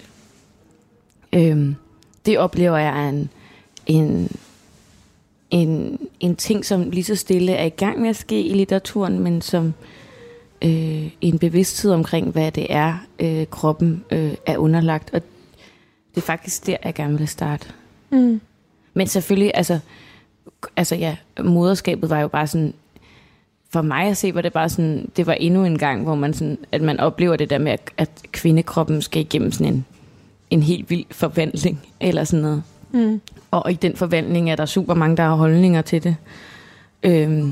Øhm, det oplever jeg er en, en, en, en ting, som lige så stille er i gang med at ske i litteraturen, men som øh, en bevidsthed omkring, hvad det er, øh, kroppen øh, er underlagt. Og det er faktisk der, jeg gerne vil starte. Mm. Men selvfølgelig, altså, altså ja, moderskabet var jo bare sådan, for mig at se, var det bare sådan, det var endnu en gang, hvor man sådan, at man oplever det der med, at kvindekroppen skal igennem sådan en, en helt vild forvandling, eller sådan noget. Mm. Og i den forvandling er der super mange, der har holdninger til det. Øhm,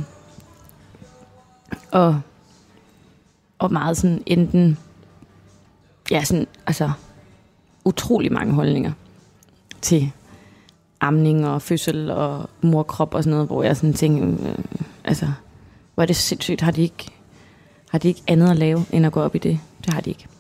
og, og meget sådan enten, ja sådan, altså, utrolig mange holdninger til amning og fødsel og morkrop og sådan noget, hvor jeg sådan tænker, øh, altså, hvor er det sindssygt, har de ikke, har de ikke andet at lave, end at gå op i det? Det har de ikke.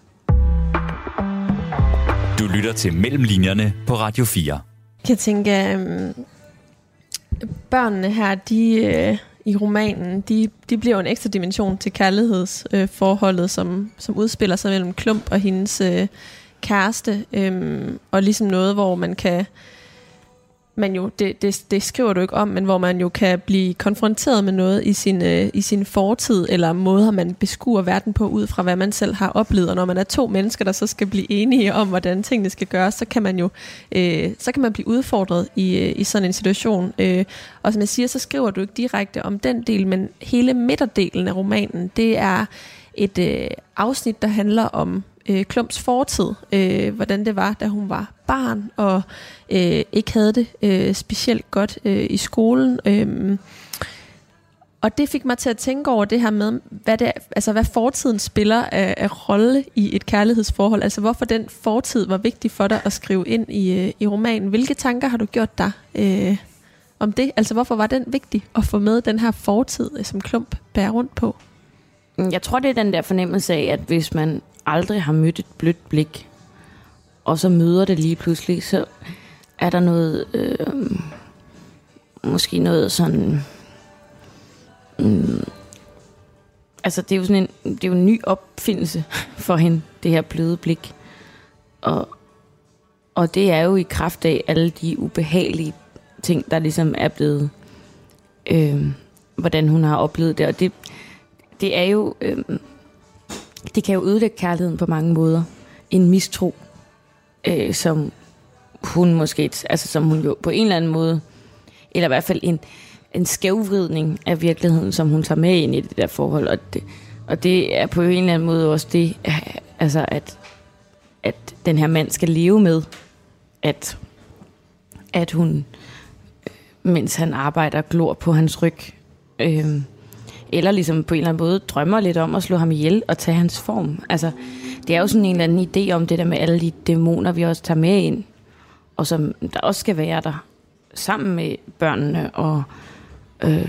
Du lytter til Mellemlinjerne på Radio fire. Jeg tænker, um, børnene her, de øh, i romanen, de, de bliver en ekstra dimension til kærlighedsforholdet, øh, som, som udspiller sig mellem Klump og hendes øh, kæreste, øh, og ligesom noget, hvor man kan, man jo, det, det, det skriver du ikke om, men hvor man jo kan blive konfronteret med noget i sin, øh, i sin fortid, eller måder, man beskuer verden på, ud fra hvad man selv har oplevet. Og når man er to mennesker, der så skal blive enige om, hvordan tingene skal gøres, så kan man jo øh, så kan man blive udfordret i, øh, i sådan en situation. Øh, og som jeg siger, så skriver du ikke direkte om den del, men hele midterdelen af romanen, det er et øh, afsnit, der handler om øh, Klumps fortid, øh, hvordan det var, da hun var barn, og øh, ikke havde det øh, specielt godt øh, i skolen. Øh, og det fik mig til at tænke over det her med, hvad, det, altså, hvad fortiden spiller af, af rolle i et kærlighedsforhold. Altså hvorfor den fortid var vigtig for dig at skrive ind i, øh, i romanen. Hvilke tanker har du gjort dig øh, om det? Altså hvorfor var den vigtig at få med den her fortid, øh, som Klump bærer rundt på? Jeg tror, det er den der fornemmelse af, at hvis man aldrig har mødt et blødt blik, og så møder det lige pludselig, så er der noget, øh, måske noget sådan, øh, altså det er jo sådan en, det er jo en ny opfindelse for hende, det her bløde blik. Og, og det er jo i kraft af alle de ubehagelige ting, der ligesom er blevet, øh, hvordan hun har oplevet det. Og det, det er jo, øh, det kan jo ødelægge kærligheden på mange måder. En mistro, øh, som hun måske, altså som hun jo på en eller anden måde, eller i hvert fald en, en skævvridning af virkeligheden, som hun tager med ind i det der forhold. Og det, og det er på en eller anden måde også det, altså at, at den her mand skal leve med, at, at hun, mens han arbejder, glor på hans ryg, øh, eller ligesom på en eller anden måde drømmer lidt om at slå ham ihjel og tage hans form. Altså, det er jo sådan en eller anden idé om det der med alle de dæmoner, vi også tager med ind, og som der også skal være der, sammen med børnene og øh,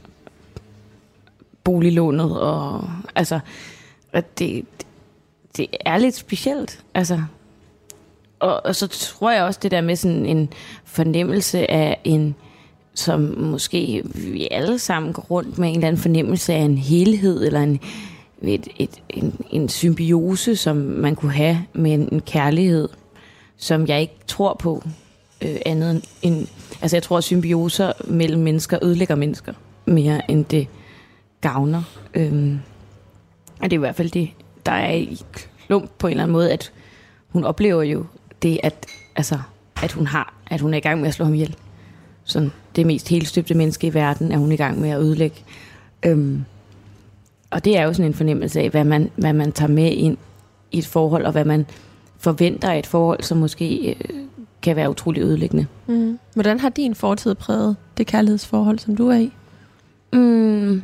boliglånet, og altså, at det, det er lidt specielt, altså. Og, og så tror jeg også det der med sådan en fornemmelse af en, som måske vi alle sammen går rundt med en eller anden fornemmelse af en helhed, eller en, et, et, en, en symbiose, som man kunne have med en, en kærlighed, som jeg ikke tror på øh, andet end... Altså jeg tror, at symbioser mellem mennesker ødelægger mennesker mere, end det gavner. Øhm, og det er i hvert fald det, der er i klump på en eller anden måde, at hun oplever jo det, at, altså, at hun har, at hun er i gang med at slå ham ihjel. Sådan det mest helstøbte menneske i verden, er hun i gang med at ødelægge. Øhm, og det er jo sådan en fornemmelse af, hvad man, hvad man tager med ind i et forhold, og hvad man forventer af et forhold, som måske øh, kan være utrolig ødelæggende. Mm. Hvordan har din fortid præget det kærlighedsforhold, som du er i? Mm.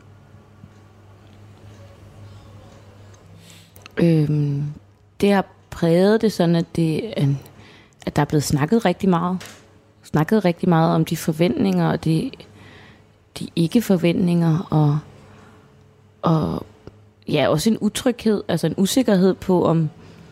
Øhm, det har præget det sådan, at, det, at der er blevet snakket rigtig meget. Snakket rigtig meget om de forventninger, og de, de ikke-forventninger, og, og ja, også en utryghed, altså en usikkerhed på, om,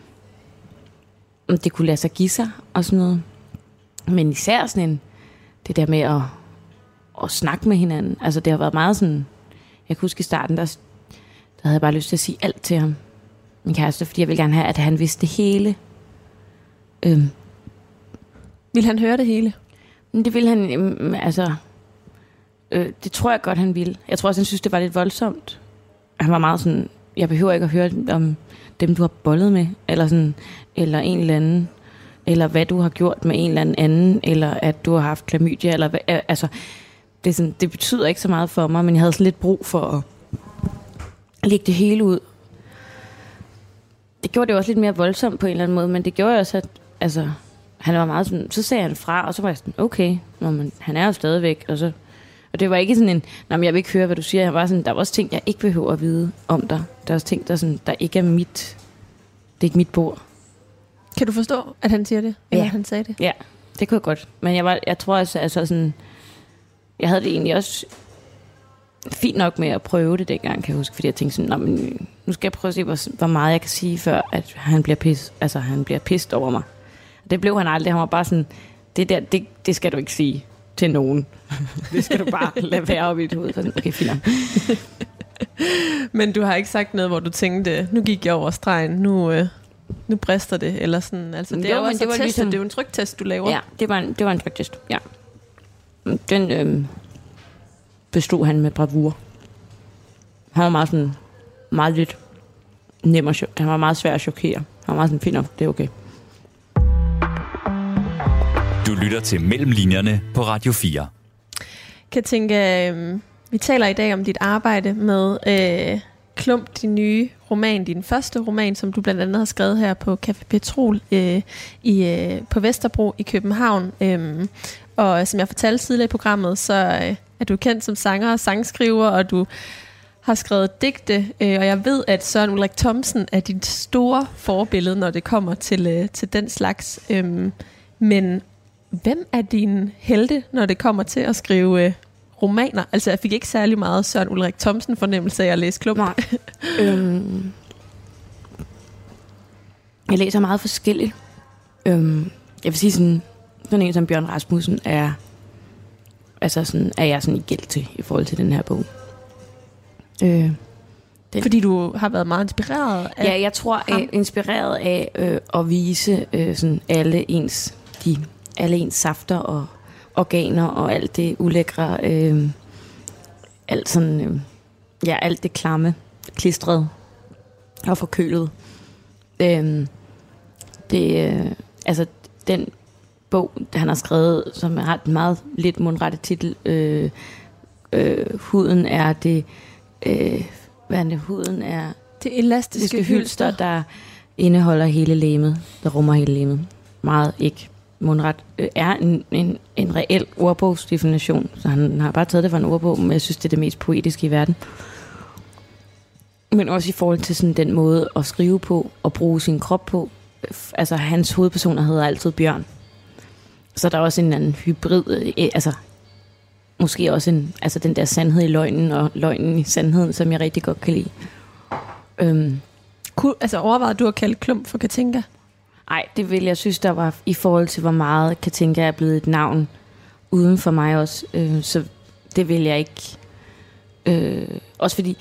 om det kunne lade sig give sig, og sådan noget. Men især sådan en, det der med at, at snakke med hinanden. Altså det har været meget sådan, jeg kan huske i starten, der, der havde jeg bare lyst til at sige alt til ham, min kæreste, fordi jeg ville gerne have, at han vidste det hele. Øhm. Vil han høre det hele? Det ville han, øhm, altså, øh, det tror jeg godt, han ville. Jeg tror også, han synes, det var lidt voldsomt. Han var meget sådan, jeg behøver ikke at høre om dem, du har bollet med, eller sådan, eller en eller anden, eller hvad du har gjort med en eller anden, eller at du har haft klamydia, eller hvad, altså, det, er sådan, det betyder ikke så meget for mig, men jeg havde sådan lidt brug for at lægge det hele ud. Det gjorde det også lidt mere voldsomt på en eller anden måde, men det gjorde også, at altså, han var meget sådan, så sagde han fra, og så var jeg sådan, okay, nå, men han er jo stadigvæk, og så, og det var ikke sådan en, nej, men jeg vil ikke høre, hvad du siger. Jeg var sådan, der var også ting, jeg ikke behøver at vide om dig. Der er også ting, der, sådan, der ikke er mit, det er ikke mit bord. Kan du forstå, at han siger det? Eller Ja. han sagde det? Ja, det kunne jeg godt. Men jeg, var, jeg tror også, altså sådan, jeg havde det egentlig også fint nok med at prøve det dengang, kan jeg huske, fordi jeg tænkte sådan, men nu skal jeg prøve at se, hvor, hvor meget jeg kan sige, før at han bliver pis, altså han bliver pissed over mig. Det blev han aldrig. Han var bare sådan, det der, det, det skal du ikke sige til nogen. Det skal du bare lade være op i dit hoved. Sådan, okay, fint. Men du har ikke sagt noget, hvor du tænkte, nu gik jeg over stregen, nu, øh, nu brister det, eller sådan. Altså, det, det er jo også det, test, ligesom, det er jo en tryktest, du laver. Ja, det var en, det var en tryktest, ja. Den øh, bestod han med bravur. Han var meget sådan, meget lidt nem at chok- han var meget svær at chokere. Han var meget sådan, fint nok, det er okay. Du lytter til Mellemlinjerne på Radio fire. Kan tænke, øh, vi taler i dag om dit arbejde med øh, Klump, din nye roman, din første roman, som du blandt andet har skrevet her på Café Petrol øh, i, øh, på Vesterbro i København. Øh, og som jeg fortalte tidligere i programmet, så øh, er du kendt som sanger og sangskriver, og du har skrevet digte, øh, og jeg ved, at Søren Ulrik Thomsen er dit store forbillede, når det kommer til, øh, til den slags. Øh, men hvem er din helte, når det kommer til at skrive øh, romaner? Altså, jeg fik ikke særlig meget Søren Ulrik Thomsen fornemmelse af at læse Klump. Nej. øhm, jeg læser meget forskelligt. Øhm, jeg vil sige sådan, sådan en som Bjørn Rasmussen er, altså sådan, er jeg sådan i gæld til i forhold til den her bog. Øh, Den. Fordi du har været meget inspireret af Ja, jeg tror, jeg er inspireret af øh, at vise øh, sådan alle ens, de, alle ens safter og organer og alt det ulækre, øh, alt sådan, øh, ja, alt det klamme, klistret og forkølet. Øh, det, øh, altså den bog, han har skrevet, som har et meget lidt mundrette titel, øh, øh, huden er det, øh, hvad er det, huden er det elastiske hylster, hylster, der indeholder hele legemet, der rummer hele legemet. Meget ikke mundret, øh, er en, en, en reel ordbogsdefinition. Så han har bare taget det fra en ordbog, men jeg synes, det er det mest poetiske i verden. Men også i forhold til sådan den måde at skrive på og bruge sin krop på. Altså, hans hovedpersoner hedder altid Bjørn. Så der er også en anden hybrid, øh, altså måske også en, altså den der sandhed i løgnen og løgnen i sandheden, som jeg rigtig godt kan lide. Øhm. Cool. Altså overvejede du at kalde Klump for Katinka? Nej, det vil jeg synes, der var i forhold til, hvor meget Katinka er blevet et navn uden for mig også. Øh, så det vil jeg ikke. Øh, også fordi,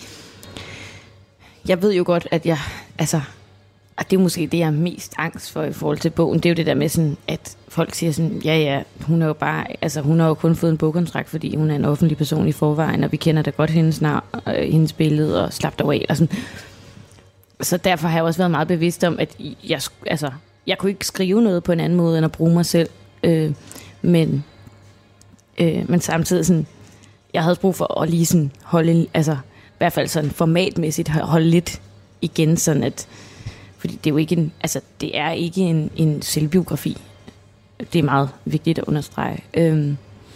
jeg ved jo godt, at jeg, altså, og det er måske det, jeg er mest angst for i forhold til bogen. Det er jo det der med sådan, at folk siger sådan, ja ja, hun er jo bare, altså hun har jo kun fået en bogkontrakt, fordi hun er en offentlig person i forvejen, og vi kender da godt hendes navn, øh, hendes billede og slap dog af, og sådan. Så derfor har jeg også været meget bevidst om, at jeg, altså, jeg kunne ikke skrive noget på en anden måde, end at bruge mig selv. Øh, men, øh, men samtidig sådan, jeg havde brug for at lige sådan holde, altså i hvert fald sådan formatmæssigt holde lidt igen, sådan at, fordi det er jo ikke en, altså det er ikke en, en selvbiografi. Det er meget vigtigt at understrege. Øh,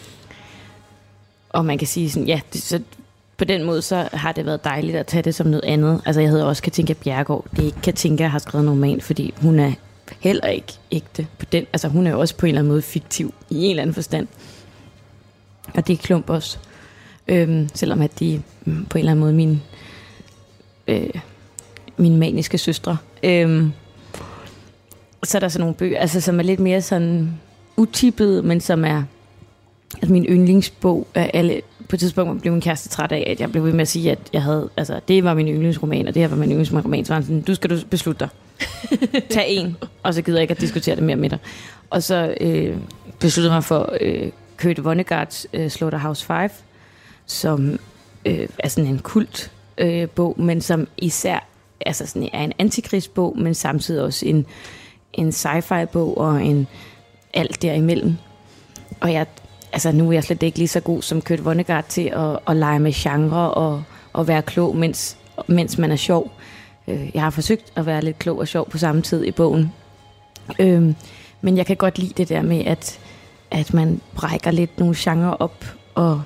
og man kan sige sådan, ja, det, så på den måde, så har det været dejligt at tage det som noget andet. Altså, jeg hedder også Katinka Bjerregaard. Det er ikke Katinka, jeg har skrevet en roman, fordi hun er heller ikke ægte på den. Altså, hun er jo også på en eller anden måde fiktiv, i en eller anden forstand. Og det er Klump også. Øhm, selvom at de mm, på en eller anden måde mine, øh, mine maniske søstre. Øhm, så er der sådan nogle bøger, altså, som er lidt mere sådan utippet, men som er altså, min yndlingsbog af alle. På et tidspunkt blev min kæreste træt af, at jeg blev ved med at sige, at jeg havde, altså, det var min yndlingsroman, og det her var min yndlingsroman. Så var han sådan, du skal du beslutte dig. Tag en, og så gider jeg ikke at diskutere det mere med dig. Og så øh, besluttede mig for øh, Kurt Vonnegut's øh, Slaughterhouse Five, som øh, er sådan en kult øh, bog, men som især altså sådan, er en antikrigsbog, men samtidig også en, en sci-fi bog og en alt derimellem. Og jeg Altså, nu er jeg slet ikke lige så god som Kurt Vonnegut til at, at lege med genre og, og være klog, mens, mens man er sjov. Jeg har forsøgt at være lidt klog og sjov på samme tid i bogen. Øhm, men jeg kan godt lide det der med, at, at man brækker lidt nogle genre op, og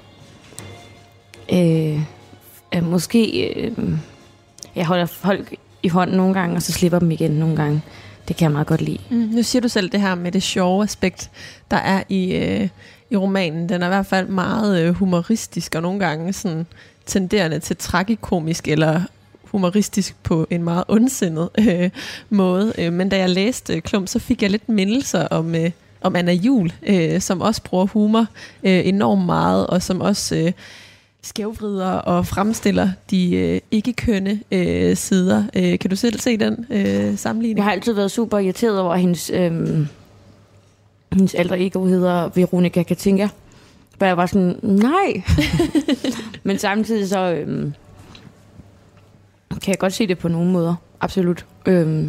øh, måske øh, jeg holder folk i hånden nogle gange, og så slipper dem igen nogle gange. Det kan jeg meget godt lide. Mm, nu siger du selv det her med det sjove aspekt, der er i... Øh i romanen. Den er i hvert fald meget øh, humoristisk, og nogle gange sådan tenderende til tragikomisk, eller humoristisk på en meget ondsindet øh, måde. Øh, men da jeg læste øh, Klump, så fik jeg lidt mindelser om, øh, om Anna Juhl, øh, som også bruger humor øh, enormt meget, og som også øh, skævvrider og fremstiller de øh, ikke-kønne øh, sider. Øh, kan du selv se den øh, sammenligning? Jeg har altid været super irriteret over hendes... Øh hendes ældre ego hedder Veronica Katinka. Og jeg var sådan, nej. Men samtidig så øhm, kan jeg godt se det på nogle måder. Absolut. Øhm,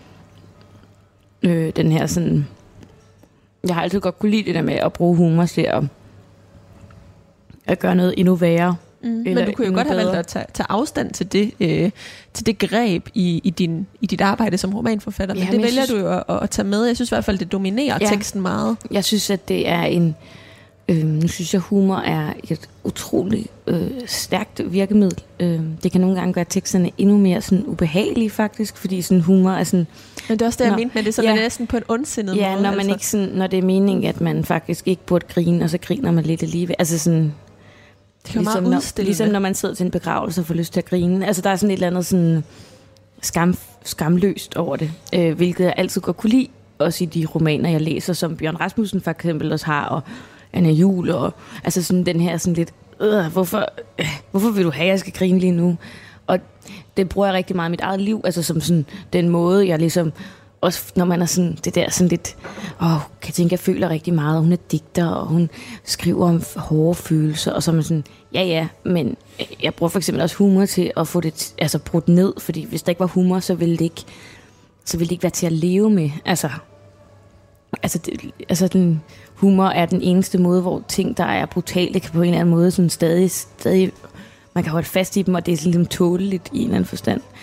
øh, den her sådan... Jeg har altid godt kunne lide det der med at bruge humor til at, at gøre noget endnu værre. Mm. Men du kunne jo godt bedre. have valgt at tage, tage afstand til det, øh, til det greb i, i, din, i dit arbejde som romanforfatter. Men ja, det vælger synes, du jo at, at tage med. Jeg synes i hvert fald, det dominerer ja, teksten meget. Jeg synes, at det er en... Øh, nu synes jeg, humor er et utroligt øh, stærkt virkemiddel. Øh, det kan nogle gange gøre teksterne endnu mere sådan ubehagelige, faktisk. Fordi sådan humor er sådan... Men det er også det, jeg mente med det, så ja, det er næsten på en ondsindet ja, måde. Ja, når, man altså. ikke sådan, når det er meningen, at man faktisk ikke burde grine, og så griner man lidt alligevel. Altså sådan... Det kan ligesom, når, ligesom når man sidder til en begravelse og får lyst til at grine. Altså der er sådan et eller andet sådan skam, skamløst over det, øh, hvilket jeg altid godt kunne lide, også i de romaner, jeg læser, som Bjørn Rasmussen for eksempel også har, og Anna Juhl, og altså sådan den her sådan lidt, øh, hvorfor, øh, hvorfor vil du have, at jeg skal grine lige nu? Og det bruger jeg rigtig meget i mit eget liv, altså som sådan den måde, jeg ligesom, også når man er sådan, det der sådan lidt, åh, kan tænke, jeg føler rigtig meget, og hun er digter, og hun skriver om hårde følelser, og så er man sådan, ja ja, men jeg bruger for eksempel også humor til at få det, altså brudt ned, fordi hvis der ikke var humor, så ville det ikke, så ville det ikke være til at leve med, altså, altså, det, altså den, humor er den eneste måde, hvor ting, der er brutale, kan på en eller anden måde sådan stadig, stadig, man kan holde fast i dem, og det er sådan lidt tåleligt i en eller anden forstand.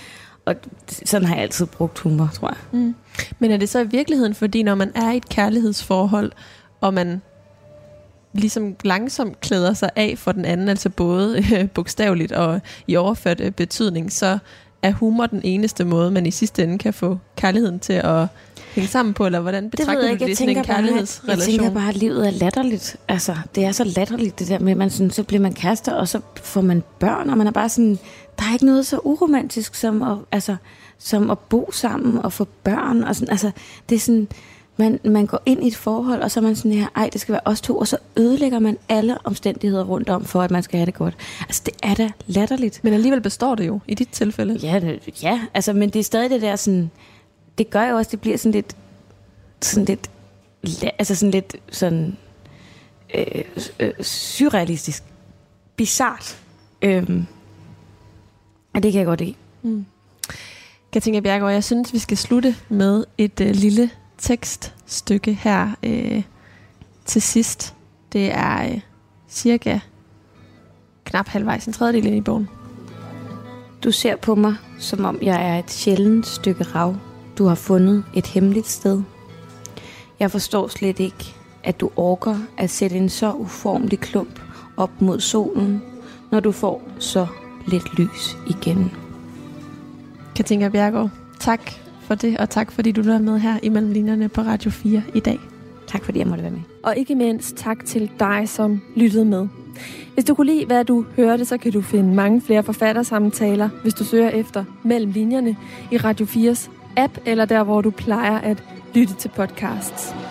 og sådan har jeg altid brugt humor, tror jeg. Mm. Men er det så i virkeligheden, fordi når man er i et kærlighedsforhold, og man ligesom langsomt klæder sig af for den anden, altså både øh, bogstaveligt og i overført øh, betydning, så er humor den eneste måde, man i sidste ende kan få kærligheden til at hænge sammen på, eller hvordan betragter du det i sådan en kærlighedsrelation? Jeg tænker bare, at livet er latterligt. Altså, det er så latterligt, det der med, at man sådan, så bliver man kærester, og så får man børn, og man er bare sådan, der er ikke noget så uromantisk som at, altså, som at bo sammen og få børn. Og sådan, altså, det er sådan, man, man går ind i et forhold, og så er man sådan her, ej, det skal være os to, og så ødelægger man alle omstændigheder rundt om, for at man skal have det godt. Altså, det er da latterligt. Men alligevel består det jo i dit tilfælde. Ja, det, ja, altså, men det er stadig det der sådan, det gør jo også, det bliver sådan lidt, sådan lidt, altså sådan lidt sådan øh, øh, surrealistisk, bizart. Øhm, og det kan jeg godt lide. Mm. Katinka Bjerregaard, jeg synes, vi skal slutte med et øh, lille tekststykke her øh, til sidst. Det er øh, cirka knap halvvejs, en tredjedel ind i bogen. Du ser på mig, som om jeg er et sjældent stykke rav. Du har fundet et hemmeligt sted. Jeg forstår slet ikke, at du orker at sætte en så uformelig klump op mod solen, når du får så lidt lys igen. Katinka Bjerregaard, tak for det, og tak fordi du var med her i Mellem Linjerne på Radio fire i dag. Tak fordi jeg måtte være med. Og ikke mindst tak til dig, som lyttede med. Hvis du kunne lide, hvad du hørte, så kan du finde mange flere forfattersamtaler, hvis du søger efter Mellem Linjerne i Radio fires app, eller der, hvor du plejer at lytte til podcasts.